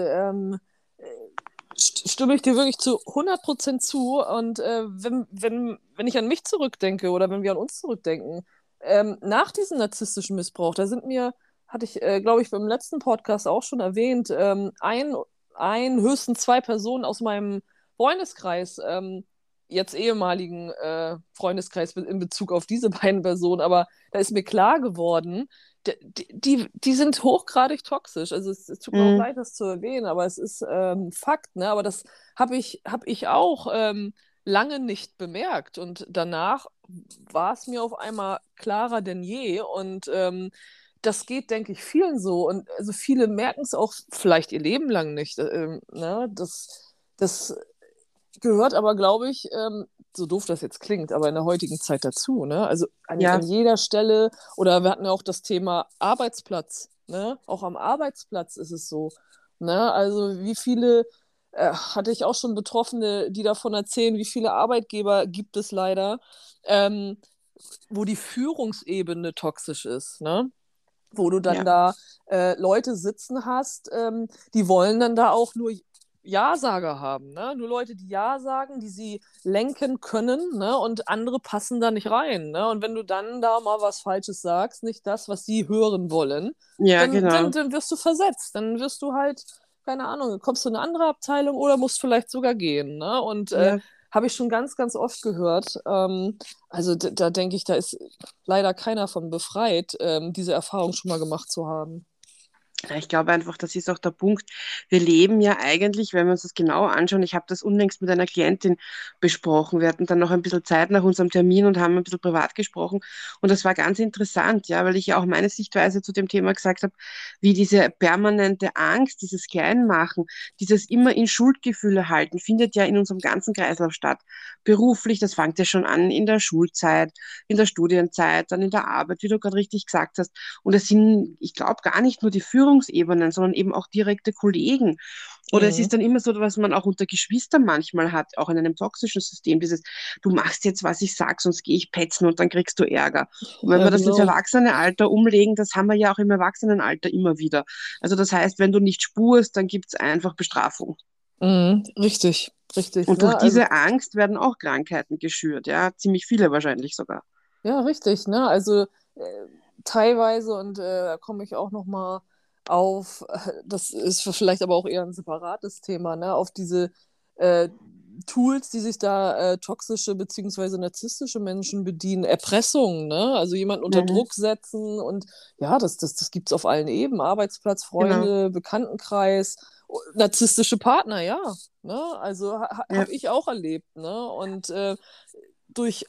stimme ich dir wirklich zu 100% zu. Und wenn ich an mich zurückdenke oder wenn wir an uns zurückdenken, nach diesem narzisstischen Missbrauch, da sind mir, hatte ich, glaube ich, beim letzten Podcast auch schon erwähnt, höchstens zwei Personen aus meinem Freundeskreis, jetzt ehemaligen Freundeskreis in Bezug auf diese beiden Personen, aber da ist mir klar geworden, die sind hochgradig toxisch. Also es tut mir auch Mhm. leid, das zu erwähnen, aber es ist Fakt, ne? Aber das hab ich auch lange nicht bemerkt. Und danach war es mir auf einmal klarer denn je. Und das geht, denke ich, vielen so. Und also viele merken es auch vielleicht ihr Leben lang nicht. Ne? Das gehört aber, glaube ich, so doof das jetzt klingt, aber in der heutigen Zeit dazu, ne? Also an Ja, jeder Stelle, oder wir hatten ja auch das Thema Arbeitsplatz, ne? Auch am Arbeitsplatz ist es so, ne? Also wie viele, hatte ich auch schon Betroffene, die davon erzählen, wie viele Arbeitgeber gibt es leider, ähm, wo die Führungsebene toxisch ist, ne? Wo du dann ja, da Leute sitzen hast, die wollen dann da auch nur Ja-Sager haben, ne? Nur Leute, die Ja sagen, die sie lenken können, ne? Und andere passen da nicht rein, ne? Und wenn du dann da mal was Falsches sagst, nicht das, was sie hören wollen, ja, genau. dann wirst du versetzt. Dann wirst du halt, keine Ahnung, kommst du in eine andere Abteilung oder musst vielleicht sogar gehen, ne? Und Ja. habe ich schon ganz, ganz oft gehört. Also da denke ich, da ist leider keiner von befreit, diese Erfahrung schon mal gemacht zu haben. Ja, ich glaube einfach, das ist auch der Punkt. Wir leben ja eigentlich, wenn wir uns das genau anschauen, ich habe das unlängst mit einer Klientin besprochen. Wir hatten dann noch ein bisschen Zeit nach unserem Termin und haben ein bisschen privat gesprochen. Und das war ganz interessant, ja, weil ich ja auch meine Sichtweise zu dem Thema gesagt habe, wie diese permanente Angst, dieses Kleinmachen, dieses immer in Schuldgefühle halten, findet ja in unserem ganzen Kreislauf statt. Beruflich, das fängt ja schon an in der Schulzeit, in der Studienzeit, dann in der Arbeit, wie du gerade richtig gesagt hast. Und es sind, ich glaube, gar nicht nur die Führungsebenen, sondern eben auch direkte Kollegen. Oder es Mhm. ist dann immer so, was man auch unter Geschwistern manchmal hat, auch in einem toxischen System, dieses, du machst jetzt, was ich sag, sonst gehe ich petzen und dann kriegst du Ärger. Und wenn Ja, wir das ins genau. Erwachsenenalter umlegen, das haben wir ja auch im Erwachsenenalter immer wieder. Also das heißt, wenn du nicht spurst, dann gibt es einfach Bestrafung. Mhm. Richtig, richtig, Und durch ne? Also, diese Angst werden auch Krankheiten geschürt, ja, ziemlich viele wahrscheinlich sogar. ja, richtig, ne? Also teilweise, und da komme ich auch noch mal auf, das ist vielleicht aber auch eher ein separates Thema, ne? Auf diese äh, Tools, die sich da toxische beziehungsweise narzisstische Menschen bedienen, Erpressung, ne? Also jemanden unter Mhm, Druck setzen und ja, das gibt es auf allen Ebenen, Arbeitsplatz, genau. Freunde, Bekanntenkreis, narzisstische Partner, ja, ne? Also Ja, habe ich auch erlebt, ne? Und durch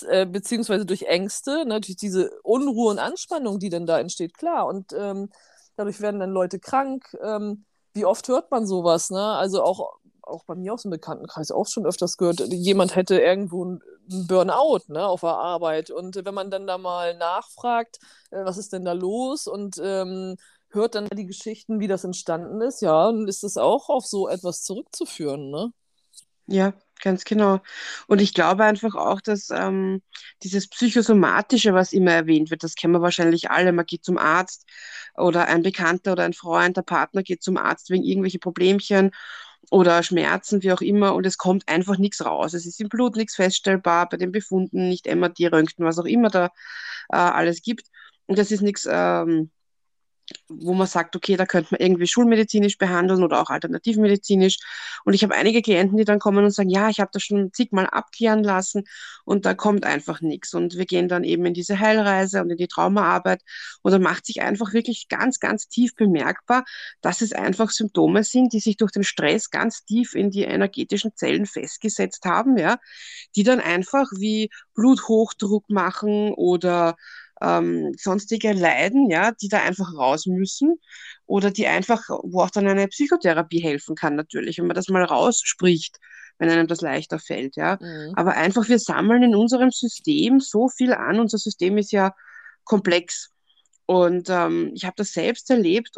beziehungsweise durch Ängste, ne, durch diese Unruhe und Anspannung, die dann da entsteht, klar. Und dadurch werden dann Leute krank. Wie oft hört man sowas, ne? Also auch bei mir aus dem Bekanntenkreis auch schon öfters gehört, jemand hätte irgendwo einen Burnout, ne, auf der Arbeit. Und wenn man dann da mal nachfragt, was ist denn da los und hört dann die Geschichten, wie das entstanden ist, ja, dann ist es auch auf so etwas zurückzuführen, ne? Ja, ganz genau. Und ich glaube einfach auch, dass dieses Psychosomatische, was immer erwähnt wird, das kennen wir wahrscheinlich alle. Man geht zum Arzt oder ein Bekannter oder ein Freund, der Partner geht zum Arzt wegen irgendwelche Problemchen oder Schmerzen, wie auch immer, und es kommt einfach nichts raus. Es ist im Blut nichts feststellbar, bei den Befunden nicht MRT, Röntgen, was auch immer da alles gibt. Und das ist nichts, wo man sagt, okay, da könnte man irgendwie schulmedizinisch behandeln oder auch alternativmedizinisch. Und ich habe einige Klienten, die dann kommen und sagen, ja, ich habe das schon zigmal abklären lassen und da kommt einfach nichts. Und wir gehen dann eben in diese Heilreise und in die Traumaarbeit und dann macht sich einfach wirklich ganz, ganz tief bemerkbar, dass es einfach Symptome sind, die sich durch den Stress ganz tief in die energetischen Zellen festgesetzt haben, ja, die dann einfach wie Bluthochdruck machen oder sonstige Leiden, ja, die da einfach raus müssen oder die einfach, wo auch dann eine Psychotherapie helfen kann natürlich, wenn man das mal rausspricht, wenn einem das leichter fällt, ja. Mhm. Aber einfach, wir sammeln in unserem System so viel an. Unser System ist ja komplex. Und ich habe das selbst erlebt.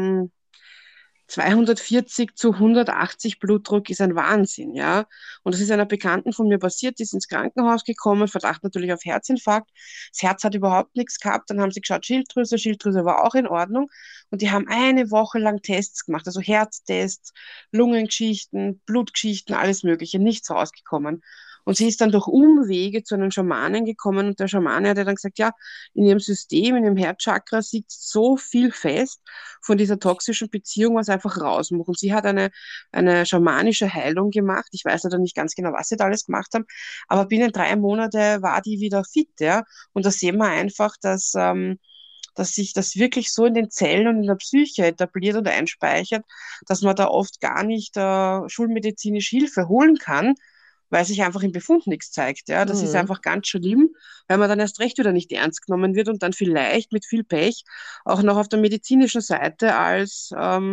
240 zu 180 Blutdruck ist ein Wahnsinn, ja. Und das ist einer Bekannten von mir passiert, die ist ins Krankenhaus gekommen, Verdacht natürlich auf Herzinfarkt. Das Herz hat überhaupt nichts gehabt, dann haben sie geschaut, Schilddrüse war auch in Ordnung. Und die haben eine Woche lang Tests gemacht, also Herztests, Lungengeschichten, Blutgeschichten, alles Mögliche, nichts rausgekommen. Und sie ist dann durch Umwege zu einem Schamanen gekommen und der Schamane hat ihr dann gesagt, ja, in ihrem System, in ihrem Herzchakra sitzt so viel fest von dieser toxischen Beziehung, was einfach raus muss. Und sie hat eine schamanische Heilung gemacht. Ich weiß leider nicht ganz genau, was sie da alles gemacht haben, aber binnen 3 Monate war die wieder fit, ja. Und da sehen wir einfach, dass sich das wirklich so in den Zellen und in der Psyche etabliert und einspeichert, dass man da oft gar nicht schulmedizinisch Hilfe holen kann, weil sich einfach im Befund nichts zeigt. Ja, das ist Mhm. einfach ganz schlimm, weil man dann erst recht wieder nicht ernst genommen wird und dann vielleicht mit viel Pech auch noch auf der medizinischen Seite als,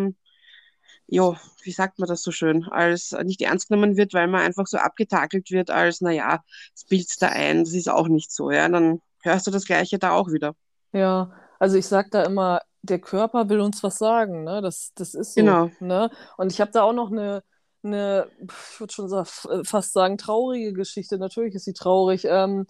ja, wie sagt man das so schön, als nicht ernst genommen wird, weil man einfach so abgetakelt wird als, naja, es bildet da ein, das ist auch nicht so. Ja, dann hörst du das Gleiche da auch wieder. Ja, also ich sage da immer, der Körper will uns was sagen, ne? Das ist so, Genau. ne? Und ich habe da auch noch ich würde schon fast sagen, traurige Geschichte. Natürlich ist sie traurig.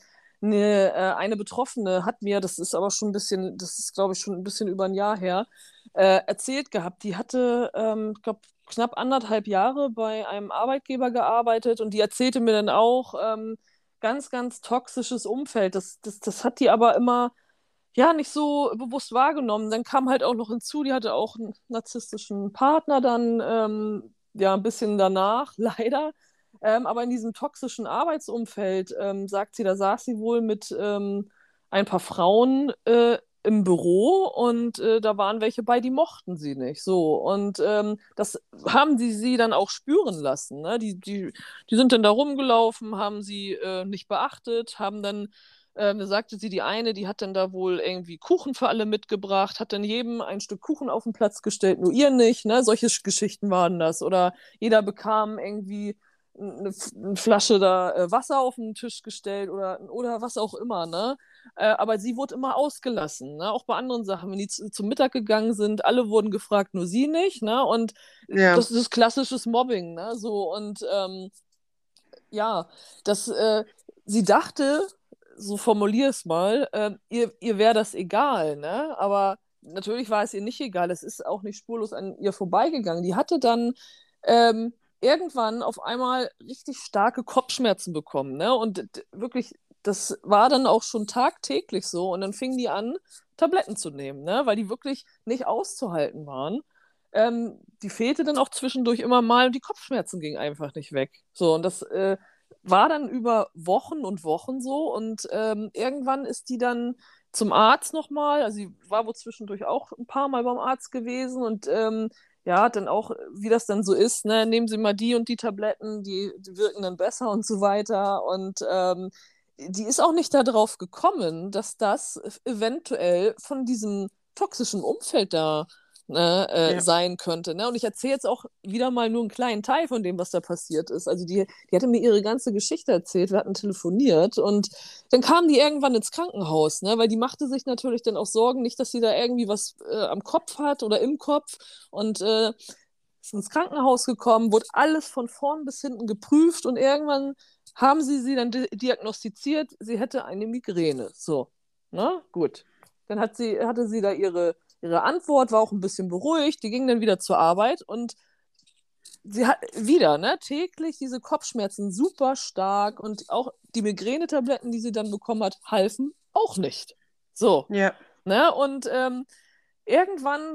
Eine Betroffene hat mir, das ist aber schon ein bisschen, das ist glaube ich schon ein bisschen über ein Jahr her, erzählt gehabt, die hatte, ich glaube, knapp 1,5 Jahre bei einem Arbeitgeber gearbeitet und die erzählte mir dann auch, ganz, ganz toxisches Umfeld. Das hat die aber immer ja, nicht so bewusst wahrgenommen. Dann kam halt auch noch hinzu, die hatte auch einen narzisstischen Partner dann, ja, ein bisschen danach, leider. Aber in diesem toxischen Arbeitsumfeld, sagt sie, da saß sie wohl mit ein paar Frauen im Büro und da waren welche bei, die mochten sie nicht. So. Und das haben sie dann auch spüren lassen. Ne? Die sind dann da rumgelaufen, haben sie nicht beachtet, haben dann da sagte sie, die eine, die hat dann da wohl irgendwie Kuchen für alle mitgebracht, hat dann jedem ein Stück Kuchen auf den Platz gestellt, nur ihr nicht, ne? Solche Geschichten waren das. Oder jeder bekam irgendwie eine Flasche da Wasser auf den Tisch gestellt oder was auch immer, ne? Aber sie wurde immer ausgelassen, ne? Auch bei anderen Sachen, wenn die zum Mittag gegangen sind, alle wurden gefragt, nur sie nicht, ne? Und Ja, das ist klassisches Mobbing, ne? So und ja, das, sie dachte, so formulier es mal, ihr wäre das egal, ne? Aber natürlich war es ihr nicht egal. Es ist auch nicht spurlos an ihr vorbeigegangen. Die hatte dann irgendwann auf einmal richtig starke Kopfschmerzen bekommen, ne? Und wirklich, das war dann auch schon tagtäglich so. Und dann fingen die an, Tabletten zu nehmen, ne? Weil die wirklich nicht auszuhalten waren. Die fehlte dann auch zwischendurch immer mal und die Kopfschmerzen gingen einfach nicht weg. So, und das war dann über Wochen und Wochen so und irgendwann ist die dann zum Arzt nochmal, also sie war wohl zwischendurch auch ein paar Mal beim Arzt gewesen und ja, dann auch, wie das dann so ist, ne, nehmen Sie mal die und die Tabletten, die wirken dann besser und so weiter und die ist auch nicht darauf gekommen, dass das eventuell von diesem toxischen Umfeld da Ja, sein könnte. Ne? Und ich erzähle jetzt auch wieder mal nur einen kleinen Teil von dem, was da passiert ist. Also die hatte mir ihre ganze Geschichte erzählt, wir hatten telefoniert und dann kam die irgendwann ins Krankenhaus, ne? Weil die machte sich natürlich dann auch Sorgen, nicht, dass sie da irgendwie was am Kopf hat oder im Kopf und ist ins Krankenhaus gekommen, wurde alles von vorn bis hinten geprüft und irgendwann haben sie dann diagnostiziert, sie hätte eine Migräne. So, ne? Gut. Dann hatte sie da ihre Antwort, war auch ein bisschen beruhigt, die ging dann wieder zur Arbeit und sie hat wieder, ne, täglich diese Kopfschmerzen super stark und auch die Migränetabletten, die sie dann bekommen hat, halfen auch nicht. So, ja, ne, und irgendwann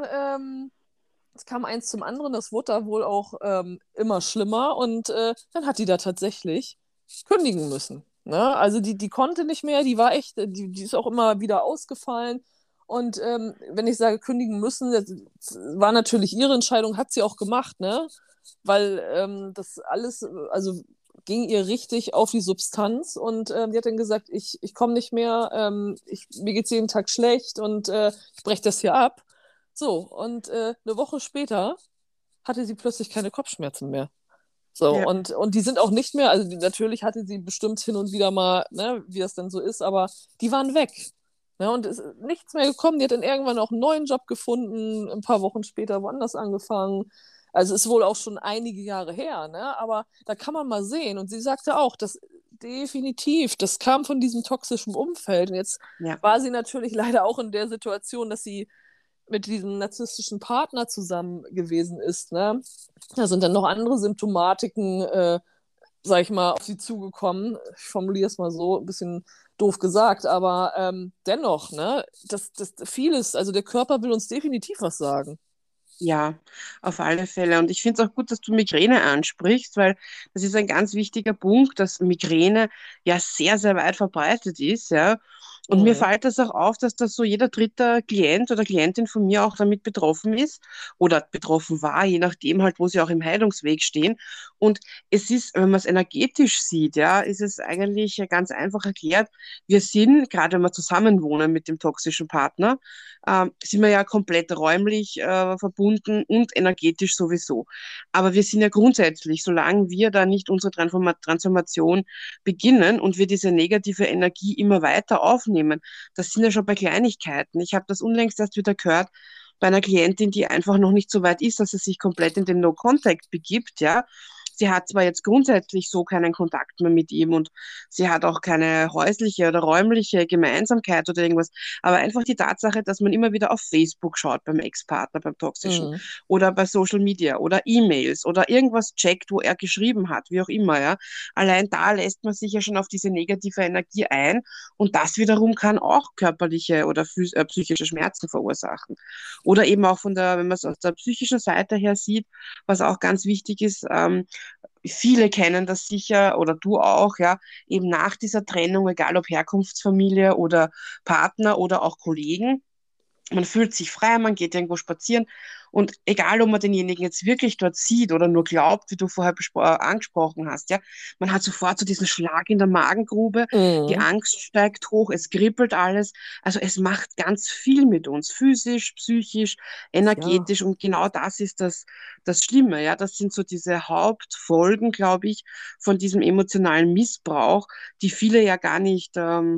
es kam eins zum anderen, das wurde da wohl auch immer schlimmer und dann hat die da tatsächlich kündigen müssen. Ne? Also die konnte nicht mehr, die war echt, die ist auch immer wieder ausgefallen. Und wenn ich sage kündigen müssen, das war natürlich ihre Entscheidung, hat sie auch gemacht, ne? Weil das alles, also ging ihr richtig auf die Substanz und die hat dann gesagt, ich komme nicht mehr, mir geht es jeden Tag schlecht und ich breche das hier ab. So, und eine Woche später hatte sie plötzlich keine Kopfschmerzen mehr. So, ja. und die sind auch nicht mehr, also natürlich hatte sie bestimmt hin und wieder mal, ne, wie das denn so ist, aber die waren weg. Ne, und es ist nichts mehr gekommen. Die hat dann irgendwann auch einen neuen Job gefunden, ein paar Wochen später woanders angefangen. Also ist wohl auch schon einige Jahre her, ne? Aber da kann man mal sehen. Und sie sagte auch, das definitiv, das kam von diesem toxischen Umfeld. Und jetzt Ja. war sie natürlich leider auch in der Situation, dass sie mit diesem narzisstischen Partner zusammen gewesen ist. Ne? Da sind dann noch andere Symptomatiken, sag ich mal, auf sie zugekommen. Ich formuliere es mal so, ein bisschen doof gesagt, aber dennoch, ne, das vieles, also der Körper will uns definitiv was sagen. Ja, auf alle Fälle. Und ich finde es auch gut, dass du Migräne ansprichst, weil das ist ein ganz wichtiger Punkt, dass Migräne ja sehr, sehr weit verbreitet ist, ja. Und mir Mhm. fällt das auch auf, dass das so jeder dritte Klient oder Klientin von mir auch damit betroffen ist oder betroffen war, je nachdem halt, wo sie auch im Heilungsweg stehen. Und es ist, wenn man es energetisch sieht, ja, ist es eigentlich ganz einfach erklärt. Wir sind, gerade wenn wir zusammenwohnen mit dem toxischen Partner, sind wir ja komplett räumlich verbunden und energetisch sowieso. Aber wir sind ja grundsätzlich, solange wir da nicht unsere Transformation beginnen und wir diese negative Energie immer weiter aufnehmen, das sind ja schon bei Kleinigkeiten. Ich habe das unlängst erst wieder gehört bei einer Klientin, die einfach noch nicht so weit ist, dass sie sich komplett in den No-Contact begibt, ja. Sie hat zwar jetzt grundsätzlich so keinen Kontakt mehr mit ihm und sie hat auch keine häusliche oder räumliche Gemeinsamkeit oder irgendwas, aber einfach die Tatsache, dass man immer wieder auf Facebook schaut beim Ex-Partner, beim Toxischen Mhm. oder bei Social Media oder E-Mails oder irgendwas checkt, wo er geschrieben hat, wie auch immer, ja. Allein da lässt man sich ja schon auf diese negative Energie ein und das wiederum kann auch körperliche oder psychische Schmerzen verursachen. Oder eben auch von der, wenn man es aus der psychischen Seite her sieht, was auch ganz wichtig ist, viele kennen das sicher oder du auch, ja, eben nach dieser Trennung, egal ob Herkunftsfamilie oder Partner oder auch Kollegen, man fühlt sich frei, man geht irgendwo spazieren und egal, ob man denjenigen jetzt wirklich dort sieht oder nur glaubt, wie du vorher angesprochen hast, ja, man hat sofort so diesen Schlag in der Magengrube, die Mhm. Angst steigt hoch, es kribbelt alles. Also es macht ganz viel mit uns, physisch, psychisch, Ja. energetisch und genau das ist das Schlimme, ja, das sind so diese Hauptfolgen, glaube ich, von diesem emotionalen Missbrauch, die viele ja gar nicht,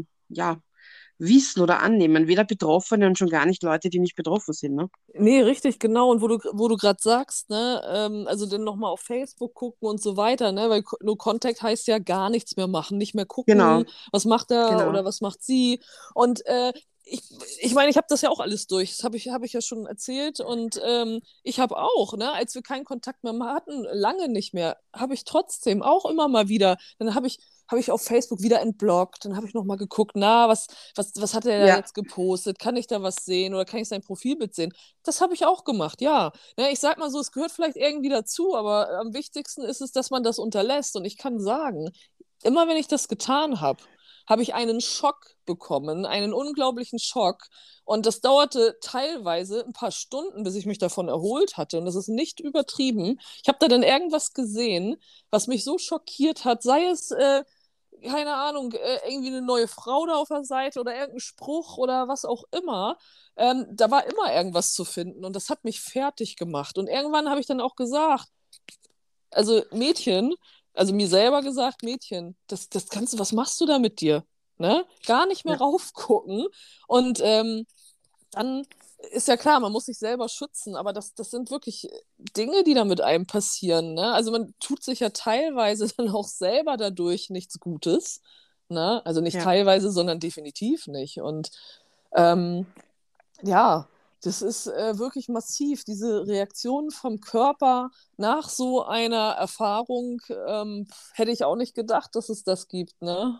ja, wissen oder annehmen. Weder Betroffene und schon gar nicht Leute, die nicht betroffen sind. Ne? Nee, richtig, genau. Und wo du gerade sagst, ne, also dann nochmal auf Facebook gucken und so weiter, ne, weil No Contact heißt ja gar nichts mehr machen, nicht mehr gucken, Genau, was macht er genau. oder was macht sie. Und ich, ich meine, ich habe das ja auch alles durch, das habe ich ja schon erzählt. Und ich habe auch, ne, als wir keinen Kontakt mehr hatten, lange nicht mehr, habe ich trotzdem auch immer mal wieder, dann habe ich auf Facebook wieder entblockt, dann habe ich nochmal geguckt, na, was hat er da Ja, jetzt gepostet? Kann ich da was sehen oder kann ich sein Profilbild sehen? Das habe ich auch gemacht, ja. Ne, ich sag mal so, es gehört vielleicht irgendwie dazu, aber am wichtigsten ist es, dass man das unterlässt. Und ich kann sagen, immer wenn ich das getan habe, habe ich einen Schock bekommen, einen unglaublichen Schock. Und das dauerte teilweise ein paar Stunden, bis ich mich davon erholt hatte. Und das ist nicht übertrieben. Ich habe da dann irgendwas gesehen, was mich so schockiert hat, sei es keine Ahnung, irgendwie eine neue Frau da auf der Seite oder irgendein Spruch oder was auch immer. Da war immer irgendwas zu finden und das hat mich fertig gemacht. Und irgendwann habe ich dann auch gesagt, also Mädchen, also mir selber gesagt, Mädchen, das kannst du, was machst du da mit dir? Ne? Gar nicht mehr Ja. raufgucken. Und dann ist ja klar, man muss sich selber schützen, aber das sind wirklich Dinge, die da mit einem passieren. Ne? Also man tut sich ja teilweise dann auch selber dadurch nichts Gutes. Ne? Also nicht Ja. teilweise, sondern definitiv nicht. Und ähm, ja, das ist wirklich massiv. Diese Reaktion vom Körper nach so einer Erfahrung hätte ich auch nicht gedacht, dass es das gibt. Ne?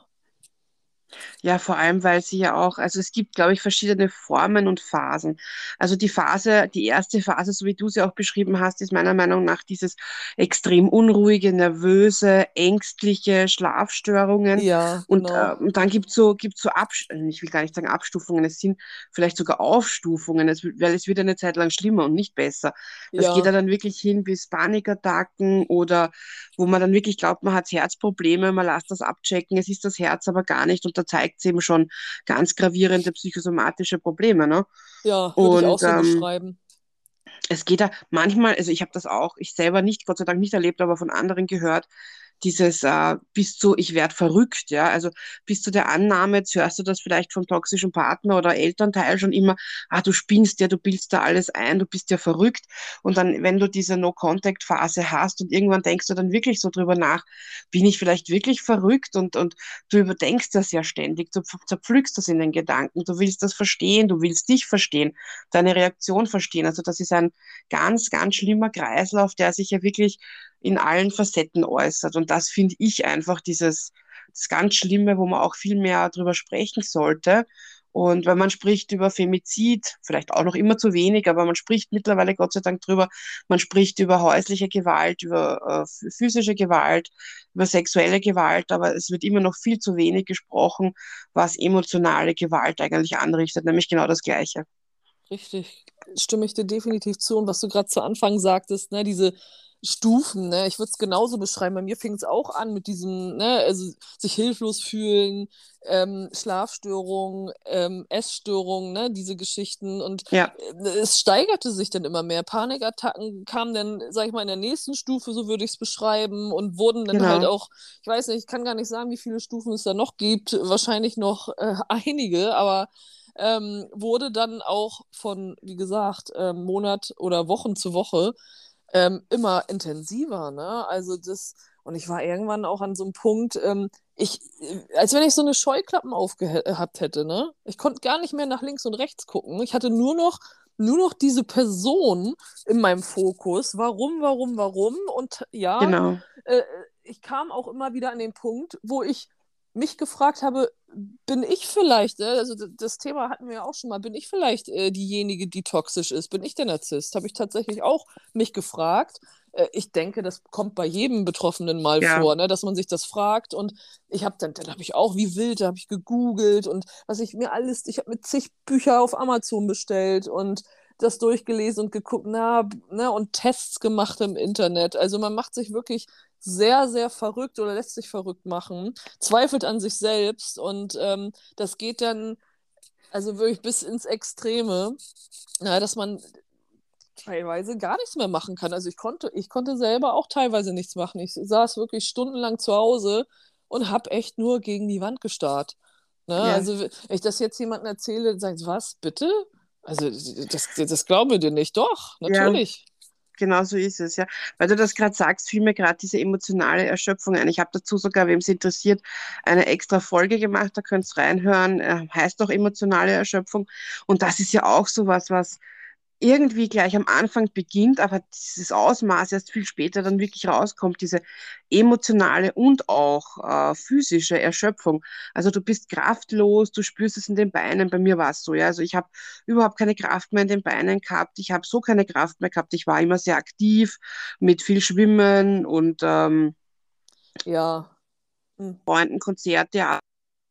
Ja, vor allem, weil sie ja auch, also es gibt, glaube ich, verschiedene Formen und Phasen. Also die Phase, die erste Phase, so wie du sie auch beschrieben hast, ist meiner Meinung nach dieses extrem unruhige, nervöse, ängstliche, Schlafstörungen. Ja, Und genau. und dann gibt's so ich will gar nicht sagen Abstufungen, es sind vielleicht sogar Aufstufungen, weil es wird eine Zeit lang schlimmer und nicht besser. Das geht ja Ja, dann wirklich hin bis Panikattacken oder wo man dann wirklich glaubt, man hat Herzprobleme, man lässt das abchecken, es ist das Herz aber gar nicht und da zeigt es eben schon ganz gravierende psychosomatische Probleme, ne? ja, würde ich auch Und so beschreiben. es geht da manchmal, also ich habe das auch, ich selber nicht, Gott sei Dank nicht erlebt, aber von anderen gehört, dieses bis zu, ich werde verrückt, ja, also bis zu der Annahme, jetzt hörst du das vielleicht vom toxischen Partner oder Elternteil schon immer, du spinnst ja, du bildst da alles ein, du bist ja verrückt. Und dann, wenn du diese No-Contact-Phase hast und irgendwann denkst du dann wirklich so drüber nach, bin ich vielleicht wirklich verrückt und du überdenkst das ja ständig, du zerpflückst das in den Gedanken, du willst das verstehen, du willst dich verstehen, deine Reaktion verstehen. Also das ist ein ganz, ganz schlimmer Kreislauf, der sich ja wirklich in allen Facetten äußert. Und das finde ich einfach das ganz Schlimme, wo man auch viel mehr drüber sprechen sollte. Und wenn man spricht über Femizid, vielleicht auch noch immer zu wenig, aber man spricht mittlerweile Gott sei Dank drüber, man spricht über häusliche Gewalt, über physische Gewalt, über sexuelle Gewalt, aber es wird immer noch viel zu wenig gesprochen, was emotionale Gewalt eigentlich anrichtet, nämlich genau das Gleiche. Richtig, stimme ich dir definitiv zu. Und was du gerade zu Anfang sagtest, ne, diese Stufen, ne, ich würde es genauso beschreiben. Bei mir fing es auch an mit diesem, ne, also sich hilflos fühlen, Schlafstörungen, Essstörungen, ne, diese Geschichten. Und Ja, es steigerte sich dann immer mehr. Panikattacken kamen dann, sag ich mal, in der nächsten Stufe, so würde ich es beschreiben, und wurden dann halt genau, auch, ich weiß nicht, ich kann gar nicht sagen, wie viele Stufen es da noch gibt, wahrscheinlich noch einige, aber wurde dann auch von, wie gesagt, Monat oder Wochen zu Woche immer intensiver, ne? Also das, und ich war irgendwann auch an so einem Punkt, als wenn ich so eine Scheuklappen aufgehabt hätte, ne? Ich konnte gar nicht mehr nach links und rechts gucken. Ich hatte nur noch diese Person in meinem Fokus. Warum, warum, warum? Und ja, genau. äh, ich kam auch immer wieder an den Punkt, wo ich mich gefragt habe, bin ich vielleicht, also das Thema hatten wir ja auch schon mal, bin ich vielleicht diejenige, die toxisch ist? Bin ich der Narzisst? Habe ich tatsächlich auch mich gefragt. Ich denke, das kommt bei jedem Betroffenen mal Ja, vor, ne, dass man sich das fragt. Und dann habe ich auch wie wild, da habe ich gegoogelt und was ich mir alles, ich habe mir zig Bücher auf Amazon bestellt und das durchgelesen und geguckt, na, ne, und Tests gemacht im Internet. Also man macht sich wirklich sehr, sehr verrückt oder lässt sich verrückt machen, zweifelt an sich selbst und das geht dann also wirklich bis ins Extreme, ja, dass man teilweise gar nichts mehr machen kann. Also ich konnte selber auch teilweise nichts machen. Ich saß wirklich stundenlang zu Hause und habe echt nur gegen die Wand gestarrt. Ne? ja, Also wenn ich das jetzt jemandem erzähle, dann sagen sie, was, bitte? Also das glauben wir dir nicht. Doch, ja. natürlich. Genau so ist es, ja. Weil du das gerade sagst, fiel mir gerade diese emotionale Erschöpfung ein. Ich habe dazu sogar, wem es interessiert, eine extra Folge gemacht, da könnt ihr reinhören, heißt auch emotionale Erschöpfung. Und das ist ja auch sowas, was irgendwie gleich am Anfang beginnt, aber dieses Ausmaß erst viel später dann wirklich rauskommt, diese emotionale und auch physische Erschöpfung. Also du bist kraftlos, du spürst es in den Beinen. Bei mir war es so, ja. Also ich habe überhaupt keine Kraft mehr in den Beinen gehabt. Ich habe so keine Kraft mehr gehabt. Ich war immer sehr aktiv mit viel Schwimmen und Ja. Hm. Freunden, Konzerte,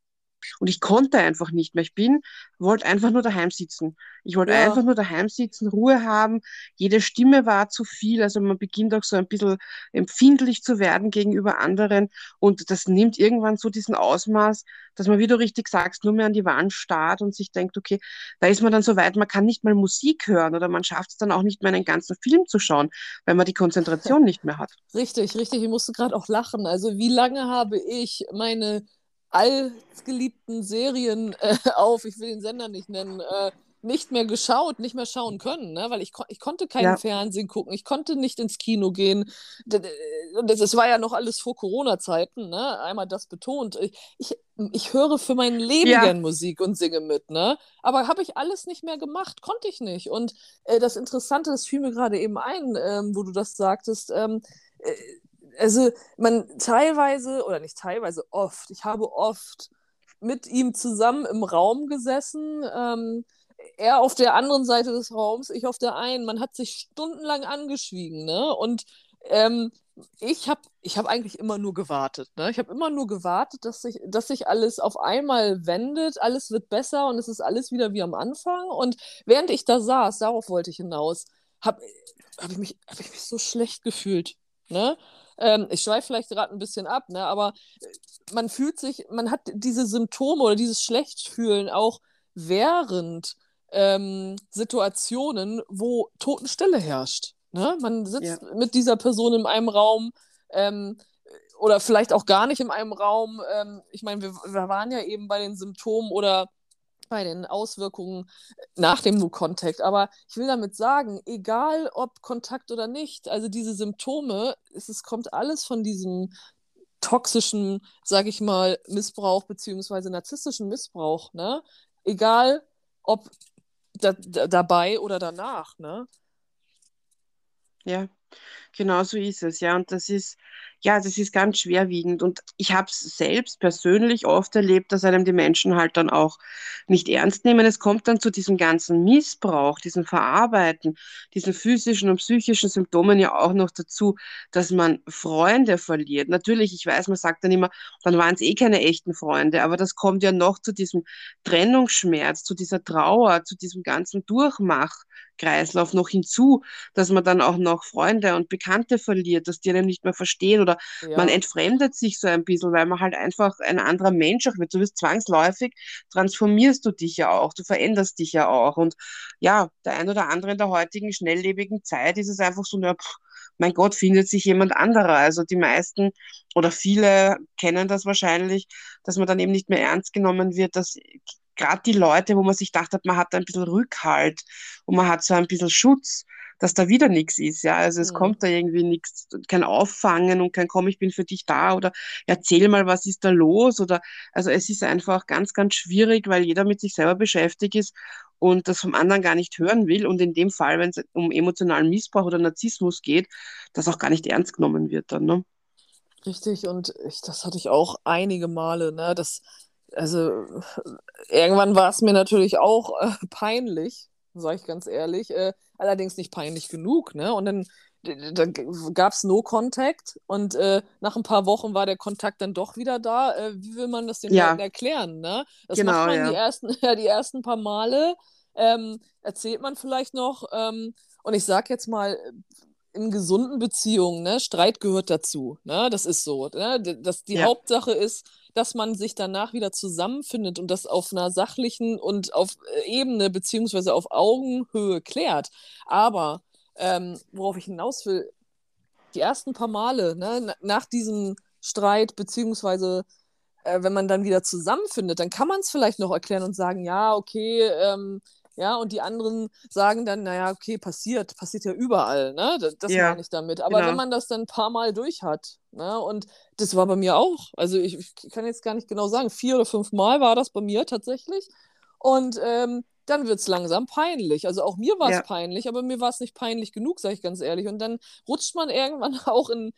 Und ich konnte einfach nicht mehr. Wollte einfach nur daheim sitzen. Ich wollte einfach Ja, nur daheim sitzen, Ruhe haben. Jede Stimme war zu viel. Also man beginnt auch so ein bisschen empfindlich zu werden gegenüber anderen. Und das nimmt irgendwann so diesen Ausmaß, dass man, wie du richtig sagst, nur mehr an die Wand starrt und sich denkt, okay, da ist man dann so weit, man kann nicht mal Musik hören oder man schafft es dann auch nicht mehr, einen ganzen Film zu schauen, weil man die Konzentration nicht mehr hat. richtig, richtig. Ich musste gerade auch lachen. Also wie lange habe ich meine allgeliebten Serien auf, ich will den Sender nicht nennen, nicht mehr geschaut, nicht mehr schauen können, ne? Weil ich konnte keinen Ja, Fernsehen gucken, ich konnte nicht ins Kino gehen. Und das war ja noch alles vor Corona-Zeiten, ne? Einmal das betont. Ich höre für mein Leben ja, gern Musik und singe mit, ne? Aber habe ich alles nicht mehr gemacht, konnte ich nicht. Und das Interessante, das fiel mir gerade eben ein, wo du das sagtest, äh, also man teilweise, oder nicht teilweise, oft, ich habe oft mit ihm zusammen im Raum gesessen, er auf der anderen Seite des Raums, ich auf der einen. Man hat sich stundenlang angeschwiegen, ne? Und ähm, ich hab eigentlich immer nur gewartet, ne? Ich habe immer nur gewartet, dass sich alles auf einmal wendet, alles wird besser und es ist alles wieder wie am Anfang. Und während ich da saß, darauf wollte ich hinaus, habe hab ich mich so schlecht gefühlt, ne? Ich schweife vielleicht gerade ein bisschen ab, ne? Aber man hat diese Symptome oder dieses Schlechtfühlen auch während Situationen, wo Totenstille herrscht. Ne? Man ja, sitzt mit dieser Person in einem Raum ähm, oder vielleicht auch gar nicht in einem Raum. Ich meine, wir waren ja eben bei den Symptomen oder bei den Auswirkungen nach dem No-Contact. Aber ich will damit sagen, egal ob Kontakt oder nicht, also diese Symptome, es kommt alles von diesem toxischen, sage ich mal, Missbrauch beziehungsweise narzisstischen Missbrauch, ne? Egal ob dabei oder danach, ne? ja. Genau so ist es, ja. Und das ist ganz schwerwiegend. Und ich habe es selbst persönlich oft erlebt, dass einem die Menschen halt dann auch nicht ernst nehmen. Es kommt dann zu diesem ganzen Missbrauch, diesem Verarbeiten, diesen physischen und psychischen Symptomen ja auch noch dazu, dass man Freunde verliert. Natürlich, ich weiß, man sagt dann immer, dann waren es eh keine echten Freunde, aber das kommt ja noch zu diesem Trennungsschmerz, zu dieser Trauer, zu diesem ganzen Durchmachkreislauf noch hinzu, dass man dann auch noch Freunde und Bekannte verliert, dass die einen nicht mehr verstehen oder man Ja. entfremdet sich so ein bisschen, weil man halt einfach ein anderer Mensch auch wird. Du wirst zwangsläufig, transformierst du dich ja auch, du veränderst dich ja auch. Und ja, der ein oder andere in der heutigen schnelllebigen Zeit ist es einfach so, na, mein Gott, findet sich jemand anderer. Also die meisten oder viele kennen das wahrscheinlich, dass man dann eben nicht mehr ernst genommen wird, dass gerade die Leute, wo man sich gedacht hat, man hat ein bisschen Rückhalt und man hat so ein bisschen Schutz, dass da wieder nichts ist, ja. Also es Hm. kommt da irgendwie nichts, kein Auffangen und kein Komm, ich bin für dich da oder erzähl mal, was ist da los oder also es ist einfach ganz, ganz schwierig, weil jeder mit sich selber beschäftigt ist und das vom anderen gar nicht hören will und in dem Fall, wenn es um emotionalen Missbrauch oder Narzissmus geht, das auch gar nicht ernst genommen wird dann, ne? Richtig, und das hatte ich auch einige Male, ne? Also irgendwann war es mir natürlich auch peinlich, sage ich ganz ehrlich, allerdings nicht peinlich genug, ne? Und dann gab es No Contact und nach ein paar Wochen war der Kontakt dann doch wieder da. Wie will man das den Leuten Ja, erklären, ne? Das macht genau, man ja. ja, die ersten paar Male, erzählt man vielleicht noch, und ich sag jetzt mal, in gesunden Beziehungen, ne, Streit gehört dazu, ne, das ist so, ne, die Ja, Hauptsache ist, dass man sich danach wieder zusammenfindet und das auf einer sachlichen und auf Ebene beziehungsweise auf Augenhöhe klärt. Aber worauf ich hinaus will, die ersten paar Male, ne, nach diesem Streit beziehungsweise wenn man dann wieder zusammenfindet, dann kann man es vielleicht noch erklären und sagen, ja, okay, ja, und die anderen sagen dann, naja, okay, passiert ja überall, ne? Das ja, meine ich damit. Aber wenn genau. man das dann ein paar Mal durch hat, ne, und das war bei mir auch, also ich kann jetzt gar nicht genau sagen, 4 oder 5 Mal war das bei mir tatsächlich. Und dann wird es langsam peinlich. Also auch mir war es Ja, peinlich, aber mir war es nicht peinlich genug, sage ich ganz ehrlich. Und dann rutscht man irgendwann auch in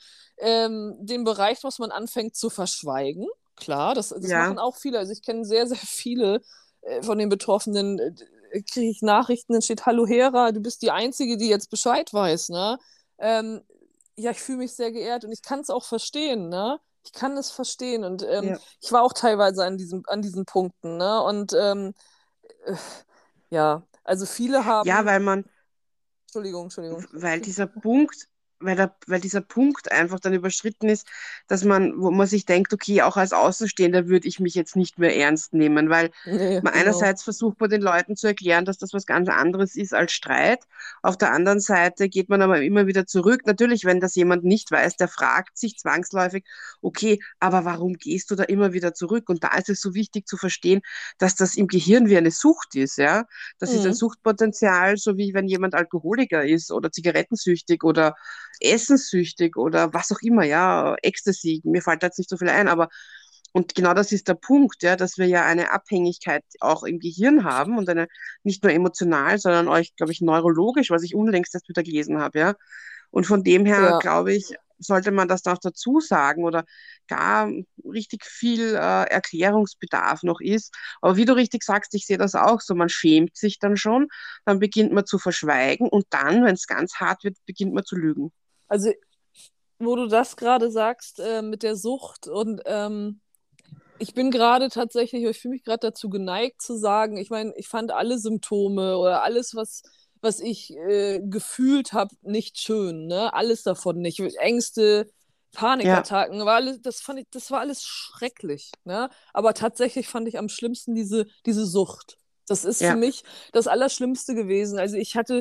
den Bereich, was man anfängt zu verschweigen. Klar, das machen ja, auch viele. Also ich kenne sehr, sehr viele von den Betroffenen, kriege ich Nachrichten, dann steht, Hallo Hera, du bist die Einzige, die jetzt Bescheid weiß, ne? Ähm, ja, ich fühle mich sehr geehrt und ich kann es auch verstehen, ne? Ich kann es verstehen und Ja. ich war auch teilweise an diesen Punkten, ne? Und äh, ja, also viele Ja, haben, weil man, Entschuldigung. weil dieser Punkt, weil dieser Punkt einfach dann überschritten ist, dass man, wo man sich denkt, okay, auch als Außenstehender würde ich mich jetzt nicht mehr ernst nehmen, weil Nee, man genau. einerseits versucht man den Leuten zu erklären, dass das was ganz anderes ist als Streit. Auf der anderen Seite geht man aber immer wieder zurück. Natürlich, wenn das jemand nicht weiß, der fragt sich zwangsläufig, okay, aber warum gehst du da immer wieder zurück? Und da ist es so wichtig zu verstehen, dass das im Gehirn wie eine Sucht ist, ja. Das ist ein Mhm. Suchtpotenzial, so wie wenn jemand Alkoholiker ist oder zigarettensüchtig oder essenssüchtig oder was auch immer, ja, Ecstasy. Mir fällt da jetzt nicht so viel ein, aber und genau das ist der Punkt, ja, dass wir ja eine Abhängigkeit auch im Gehirn haben und eine nicht nur emotional, sondern auch, glaube ich, neurologisch, was ich unlängst erst wieder gelesen habe, ja. Und von dem her, Ja, glaube ich, sollte man das noch dazu sagen oder gar richtig viel Erklärungsbedarf noch ist. Aber wie du richtig sagst, ich sehe das auch so, man schämt sich dann schon, dann beginnt man zu verschweigen und dann, wenn es ganz hart wird, beginnt man zu lügen. also wo du das gerade sagst mit der Sucht und ich bin gerade tatsächlich, ich fühle mich gerade dazu geneigt zu sagen, ich meine, ich fand alle Symptome oder alles, was ich gefühlt habe, nicht schön, ne? Alles davon nicht. Ängste, Ja, Panikattacken, war alles, das war alles schrecklich, ne? Aber tatsächlich fand ich am schlimmsten diese Sucht. Das ist für ja, mich das Allerschlimmste gewesen. Also ich hatte,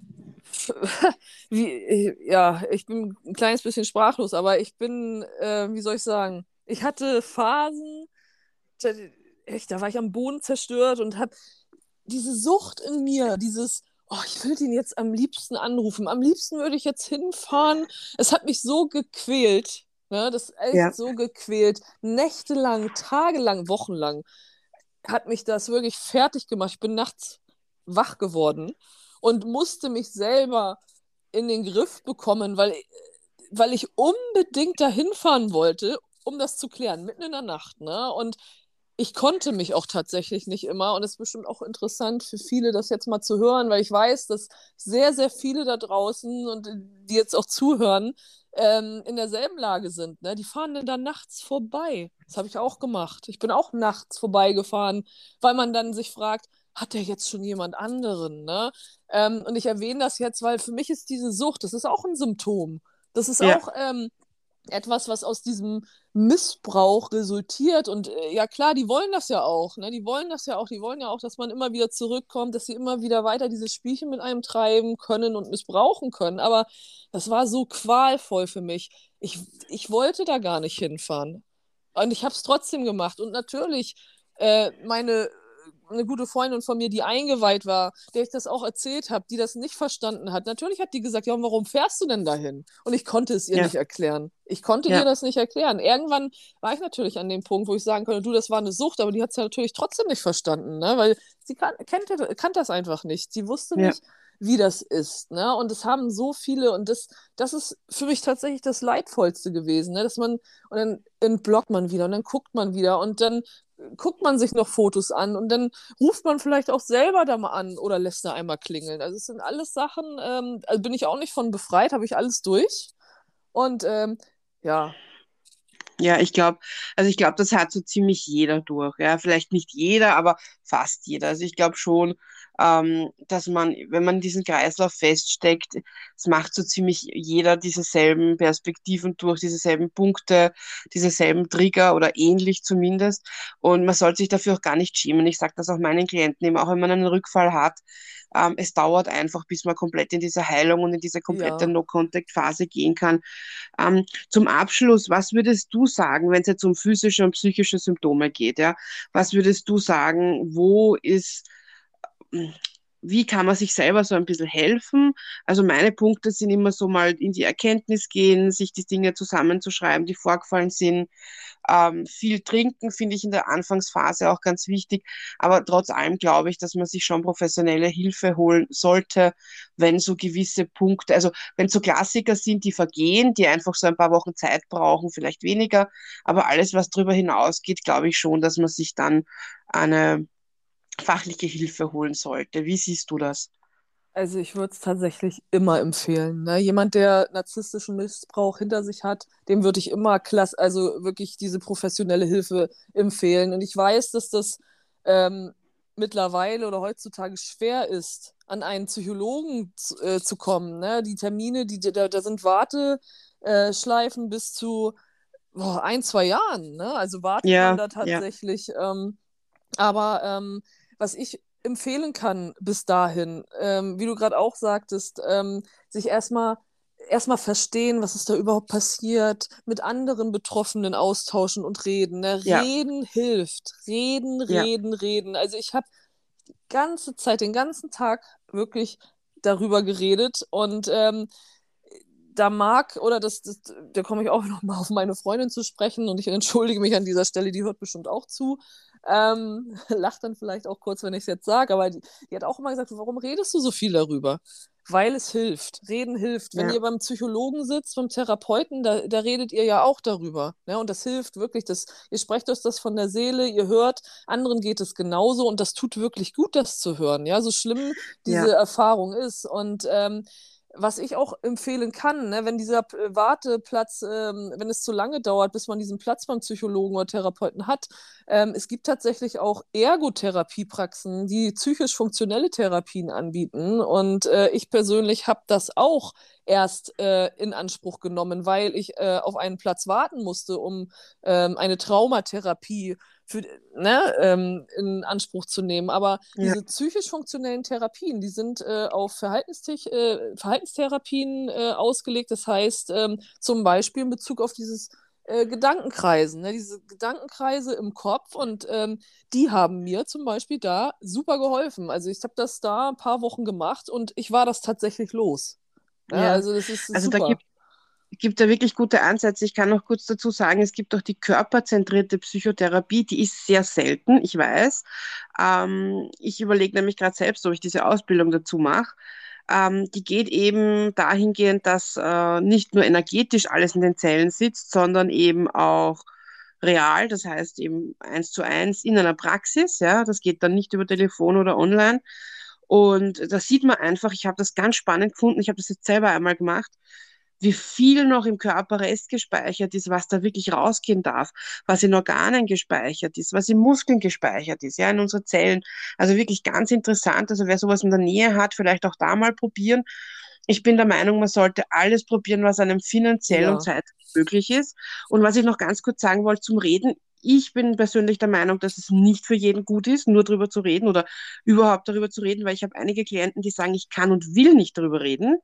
ja, ich bin ein kleines bisschen sprachlos, aber ich bin, wie soll ich sagen, ich hatte Phasen, da, echt, da war ich am Boden zerstört und habe diese Sucht in mir, oh, ich will den jetzt am liebsten anrufen. Am liebsten würde ich jetzt hinfahren. Es hat mich so gequält, ne, das ist echt ja, so gequält. Nächtelang, tagelang, wochenlang hat mich das wirklich fertig gemacht. Ich bin nachts wach geworden und musste mich selber in den Griff bekommen, weil ich unbedingt dahin fahren wollte, um das zu klären, mitten in der Nacht. Ne? Und ich konnte mich auch tatsächlich nicht immer. Und es ist bestimmt auch interessant für viele, das jetzt mal zu hören, weil ich weiß, dass sehr, sehr viele da draußen und die jetzt auch zuhören, in derselben Lage sind. Ne? Die fahren dann da nachts vorbei. Das habe ich auch gemacht. Ich bin auch nachts vorbeigefahren, weil man dann sich fragt, hat der jetzt schon jemand anderen? Ne? Und ich erwähne das jetzt, weil für mich ist diese Sucht, das ist auch ein Symptom. Das ist ja, auch etwas, was aus diesem Missbrauch resultiert. Und ja klar, die wollen das ja auch. Ne? Die wollen das ja auch. Die wollen ja auch, dass man immer wieder zurückkommt, dass sie immer wieder weiter dieses Spielchen mit einem treiben können und missbrauchen können. Aber das war so qualvoll für mich. Ich wollte da gar nicht hinfahren. Und ich habe es trotzdem gemacht. Und natürlich, eine gute Freundin von mir, die eingeweiht war, der ich das auch erzählt habe, die das nicht verstanden hat. Natürlich hat die gesagt, ja, warum fährst du denn dahin? Und ich konnte es ihr ja, nicht erklären. Ich konnte ihr ja, das nicht erklären. Irgendwann war ich natürlich an dem Punkt, wo ich sagen konnte, du, das war eine Sucht, aber die hat es ja natürlich trotzdem nicht verstanden, ne? Weil sie kannte das einfach nicht. Sie wusste ja. nicht, wie das ist. Ne? Und es haben so viele, und das ist für mich tatsächlich das Leidvollste gewesen, ne? Dass man, und dann entblockt man wieder und dann guckt man wieder und dann guckt man sich noch Fotos an und dann ruft man vielleicht auch selber da mal an oder lässt da einmal klingeln. Also es sind alles Sachen, also bin ich auch nicht von befreit, habe ich alles durch. Und ja, Ja, ich glaube, das hat so ziemlich jeder durch. Ja, vielleicht nicht jeder, aber fast jeder. Also ich glaube schon, dass man, wenn man diesen Kreislauf feststeckt, es macht so ziemlich jeder dieselben Perspektiven durch, dieselben Punkte, dieselben Trigger oder ähnlich zumindest. Und man sollte sich dafür auch gar nicht schämen. Ich sage das auch meinen Klienten immer, auch wenn man einen Rückfall hat. Es dauert einfach, bis man komplett in diese Heilung und in diese komplette ja. No-Contact-Phase gehen kann. Zum Abschluss, was würdest du sagen, wenn es jetzt um physische und psychische Symptome geht, ja? Was würdest du sagen, wie kann man sich selber so ein bisschen helfen? Also meine Punkte sind immer so mal in die Erkenntnis gehen, sich die Dinge zusammenzuschreiben, die vorgefallen sind. Viel trinken finde ich in der Anfangsphase auch ganz wichtig. Aber trotz allem glaube ich, dass man sich schon professionelle Hilfe holen sollte, wenn so gewisse Punkte, also wenn so Klassiker sind, die vergehen, die einfach so ein paar Wochen Zeit brauchen, vielleicht weniger. Aber alles, was darüber hinausgeht, glaube ich schon, dass man sich dann eine fachliche Hilfe holen sollte. Wie siehst du das? Also ich würde es tatsächlich immer empfehlen. Ne? Jemand, der narzisstischen Missbrauch hinter sich hat, dem würde ich immer also wirklich diese professionelle Hilfe empfehlen. Und ich weiß, dass das ähm, mittlerweile oder heutzutage schwer ist, an einen Psychologen zu kommen. Ne? Die Termine, da sind Warteschleifen bis zu 1, 2 Jahren. Ne? Also wartet man Ja, da ja, tatsächlich. Aber was ich empfehlen kann bis dahin, wie du gerade auch sagtest, sich erstmal verstehen, was ist da überhaupt passiert, mit anderen Betroffenen austauschen und reden. Ne? ja, Reden hilft. Reden, ja, reden, reden. Also ich habe ganze Zeit, den ganzen Tag wirklich darüber geredet und da mag, oder da komme ich auch nochmal auf meine Freundin zu sprechen und ich entschuldige mich an dieser Stelle, die hört bestimmt auch zu. Lacht dann vielleicht auch kurz, wenn ich es jetzt sage, aber die hat auch immer gesagt, warum redest du so viel darüber? Weil es hilft. Reden hilft. Wenn ja, ihr beim Psychologen sitzt, beim Therapeuten, da redet ihr ja auch darüber. Ne? Und das hilft wirklich. Ihr sprecht euch das von der Seele, ihr hört, anderen geht es genauso und das tut wirklich gut, das zu hören. Ja, so schlimm diese ja, Erfahrung ist. Und was ich auch empfehlen kann, ne, wenn dieser Warteplatz, wenn es zu lange dauert, bis man diesen Platz beim Psychologen oder Therapeuten hat, es gibt tatsächlich auch Ergotherapiepraxen, die psychisch-funktionelle Therapien anbieten. Und ich persönlich habe das auch erst in Anspruch genommen, weil ich auf einen Platz warten musste, um eine Traumatherapie in Anspruch zu nehmen. Aber ja, diese psychisch-funktionellen Therapien, die sind auf Verhaltenstherapien ausgelegt. Das heißt, zum Beispiel in Bezug auf dieses Gedankenkreisen, ne? Diese Gedankenkreise im Kopf und die haben mir zum Beispiel da super geholfen. Also ich habe das da ein paar Wochen gemacht und ich war das tatsächlich los. Ja, ja. also das ist Also da super. gibt da wirklich gute Ansätze. Ich kann noch kurz dazu sagen, es gibt auch die körperzentrierte Psychotherapie, die ist sehr selten, ich weiß. Ich überlege nämlich gerade selbst, ob ich diese Ausbildung dazu mache. Die geht eben dahingehend, dass nicht nur energetisch alles in den Zellen sitzt, sondern eben auch real, das heißt eben 1:1 in einer Praxis. Ja, das geht dann nicht über Telefon oder online. Und da sieht man einfach, ich habe das ganz spannend gefunden, ich habe das jetzt selber einmal gemacht, wie viel noch im Körper restgespeichert ist, was da wirklich rausgehen darf, was in Organen gespeichert ist, was in Muskeln gespeichert ist, ja, in unseren Zellen. Also wirklich ganz interessant. Also wer sowas in der Nähe hat, vielleicht auch da mal probieren. Ich bin der Meinung, man sollte alles probieren, was einem finanziell und Ja, zeitlich möglich ist. Und was ich noch ganz kurz sagen wollte zum Reden, ich bin persönlich der Meinung, dass es nicht für jeden gut ist, nur darüber zu reden oder überhaupt darüber zu reden, weil ich habe einige Klienten, die sagen, ich kann und will nicht darüber reden.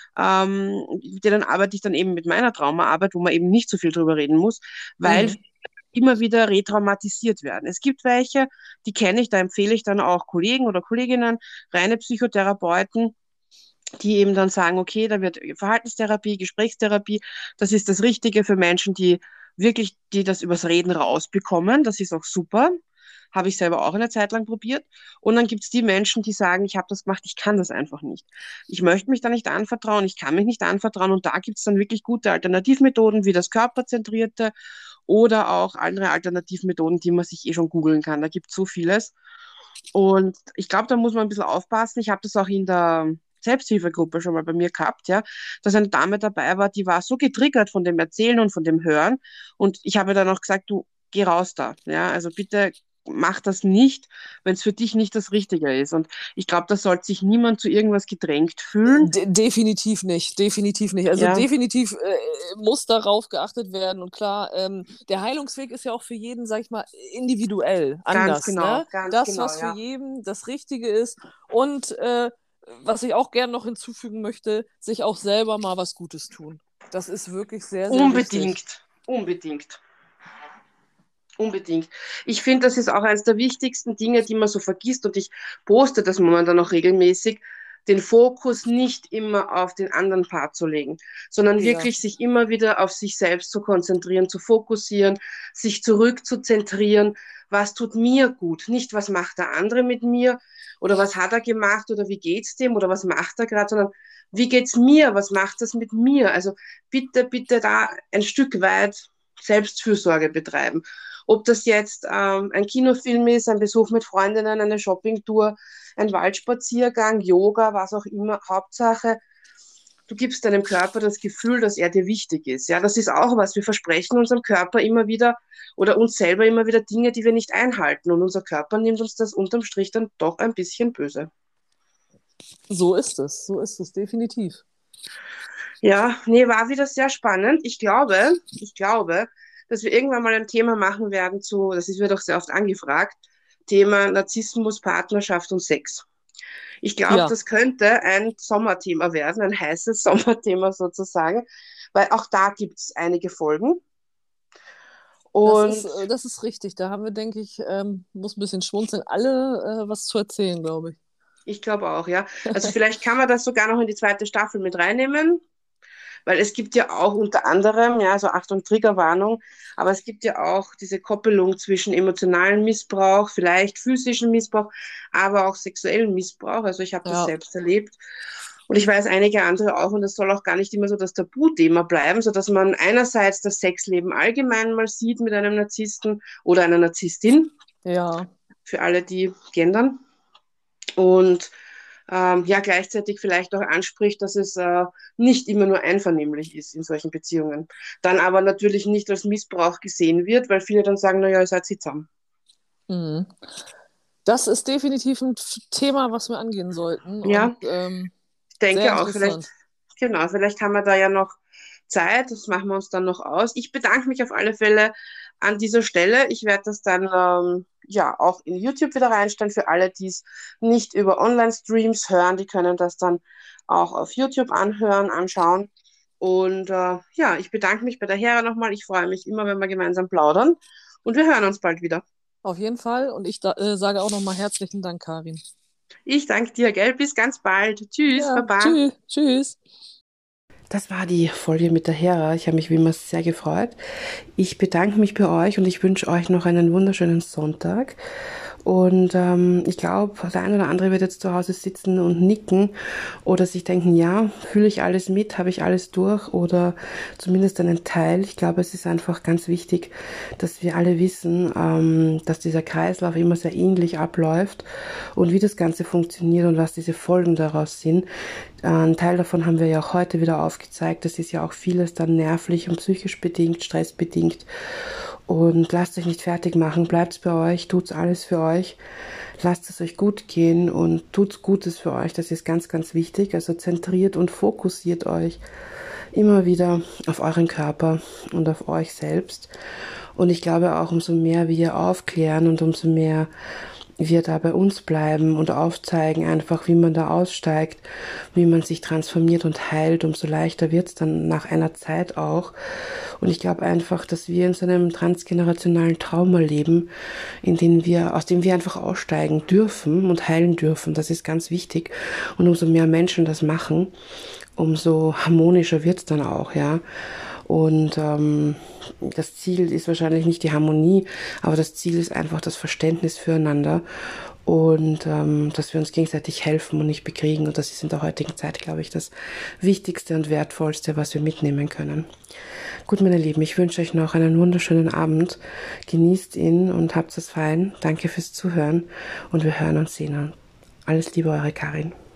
Denen arbeite ich dann eben mit meiner Traumaarbeit, wo man eben nicht so viel drüber reden muss, weil mhm. immer wieder retraumatisiert werden. Es gibt welche, die kenne ich, da empfehle ich dann auch Kollegen oder Kolleginnen, reine Psychotherapeuten, die eben dann sagen, okay, da wird Verhaltenstherapie, Gesprächstherapie, das ist das Richtige für Menschen, die wirklich, die das übers Reden rausbekommen. Das ist auch super. Habe ich selber auch eine Zeit lang probiert. Und dann gibt es die Menschen, die sagen, ich habe das gemacht, ich kann das einfach nicht. Ich möchte mich da nicht anvertrauen, ich kann mich nicht anvertrauen. Und da gibt es dann wirklich gute Alternativmethoden, wie das Körperzentrierte oder auch andere Alternativmethoden, die man sich eh schon googeln kann. Da gibt es so vieles. Und ich glaube, da muss man ein bisschen aufpassen. Ich habe das auch in der Selbsthilfegruppe schon mal bei mir gehabt, ja, dass eine Dame dabei war, die war so getriggert von dem Erzählen und von dem Hören. Und ich habe dann auch gesagt, du geh raus da, ja, also bitte mach das nicht, wenn es für dich nicht das Richtige ist. Und ich glaube, da sollte sich niemand zu irgendwas gedrängt fühlen. Definitiv nicht, definitiv nicht. Also Ja, definitiv muss darauf geachtet werden. Und klar, der Heilungsweg ist ja auch für jeden, sag ich mal, individuell anders. Ne? ganz Das, genau, was für ja. jeden das Richtige ist. Und was ich auch gerne noch hinzufügen möchte, sich auch selber mal was Gutes tun. Das ist wirklich sehr, sehr wichtig. Unbedingt, unbedingt. Unbedingt. Ich finde, das ist auch eines der wichtigsten Dinge, die man so vergisst und ich poste das momentan auch regelmäßig, den Fokus nicht immer auf den anderen Part zu legen, sondern Ja, wirklich sich immer wieder auf sich selbst zu konzentrieren, zu fokussieren, sich zurück zu zentrieren, was tut mir gut, nicht was macht der andere mit mir oder was hat er gemacht oder wie geht's dem oder was macht er gerade, sondern wie geht's mir, was macht das mit mir? Also bitte, bitte da ein Stück weit Selbstfürsorge betreiben. Ob das jetzt ein Kinofilm ist, ein Besuch mit Freundinnen, eine Shoppingtour, ein Waldspaziergang, Yoga, was auch immer. Hauptsache, du gibst deinem Körper das Gefühl, dass er dir wichtig ist. Ja, das ist auch was. Wir versprechen unserem Körper immer wieder oder uns selber immer wieder Dinge, die wir nicht einhalten. Und unser Körper nimmt uns das unterm Strich dann doch ein bisschen böse. So ist es, definitiv. Ja, nee, war wieder sehr spannend. Ich glaube, dass wir irgendwann mal ein Thema machen werden zu, das wird auch sehr oft angefragt, Thema Narzissmus, Partnerschaft und Sex. Ich glaube, Ja, das könnte ein Sommerthema werden, ein heißes Sommerthema sozusagen, weil auch da gibt es einige Folgen. Und das ist richtig. Da haben wir, denke ich, muss ein bisschen schmunzeln, alle was zu erzählen, glaube ich. ich glaube auch, ja. Also vielleicht kann man das sogar noch in die zweite Staffel mit reinnehmen. Weil es gibt ja auch unter anderem, ja, so Achtung, Triggerwarnung, aber es gibt ja auch diese Koppelung zwischen emotionalen Missbrauch, vielleicht physischen Missbrauch, aber auch sexuellen Missbrauch. Also ich habe das Ja, selbst erlebt. Und ich weiß einige andere auch, und das soll auch gar nicht immer so das Tabuthema bleiben, sodass man einerseits das Sexleben allgemein mal sieht mit einem Narzissten oder einer Narzisstin, ja. für alle, die gendern. Und ja, gleichzeitig vielleicht auch anspricht, dass es nicht immer nur einvernehmlich ist in solchen Beziehungen. Dann aber natürlich nicht als Missbrauch gesehen wird, weil viele dann sagen, naja, ihr seid sie zusammen. Mhm. Das ist definitiv ein Thema, was wir angehen sollten. Und Ja, ich sehr denke auch, vielleicht, interessant. genau, vielleicht haben wir da ja noch Zeit, das machen wir uns dann noch aus. Ich bedanke mich auf alle Fälle an dieser Stelle. Ich werde das dann ja auch in YouTube wieder reinstellen. Für alle, die es nicht über Online-Streams hören, die können das dann auch auf YouTube anhören, anschauen. Und ja, ich bedanke mich bei der Hera nochmal. Ich freue mich immer, wenn wir gemeinsam plaudern. Und wir hören uns bald wieder. Auf jeden Fall. Und ich sage auch nochmal herzlichen Dank, Karin. Ich danke dir, gell? Bis ganz bald. Tschüss, Ja, Baba. tschüss. Tschüss. Das war die Folge mit der Hera. Ich habe mich wie immer sehr gefreut. Ich bedanke mich bei euch und ich wünsche euch noch einen wunderschönen Sonntag. Und ich glaube, der ein oder andere wird jetzt zu Hause sitzen und nicken oder sich denken, ja, fühle ich alles mit, habe ich alles durch oder zumindest einen Teil. Ich glaube, es ist einfach ganz wichtig, dass wir alle wissen, dass dieser Kreislauf immer sehr ähnlich abläuft und wie das Ganze funktioniert und was diese Folgen daraus sind. Ein Teil davon haben wir ja auch heute wieder aufgezeigt. Das ist ja auch vieles dann nervlich und psychisch bedingt, stressbedingt. Und lasst euch nicht fertig machen, bleibt bei euch, tut's alles für euch, lasst es euch gut gehen und tut's Gutes für euch, das ist ganz, ganz wichtig. Also zentriert und fokussiert euch immer wieder auf euren Körper und auf euch selbst. Und ich glaube auch, umso mehr wir aufklären und umso mehr wir da bei uns bleiben und aufzeigen einfach, wie man da aussteigt, wie man sich transformiert und heilt, umso leichter wird's dann nach einer Zeit auch. Und ich glaube einfach, dass wir in so einem transgenerationalen Trauma leben, aus dem wir einfach aussteigen dürfen und heilen dürfen. Das ist ganz wichtig. Und umso mehr Menschen das machen, umso harmonischer wird's dann auch, ja. Und das Ziel ist wahrscheinlich nicht die Harmonie, aber das Ziel ist einfach das Verständnis füreinander und dass wir uns gegenseitig helfen und nicht bekriegen. Und das ist in der heutigen Zeit, glaube ich, das Wichtigste und Wertvollste, was wir mitnehmen können. Gut, meine Lieben, ich wünsche euch noch einen wunderschönen Abend. Genießt ihn und habt es fein. Danke fürs Zuhören und wir hören und sehen uns. Alles Liebe, eure Karin.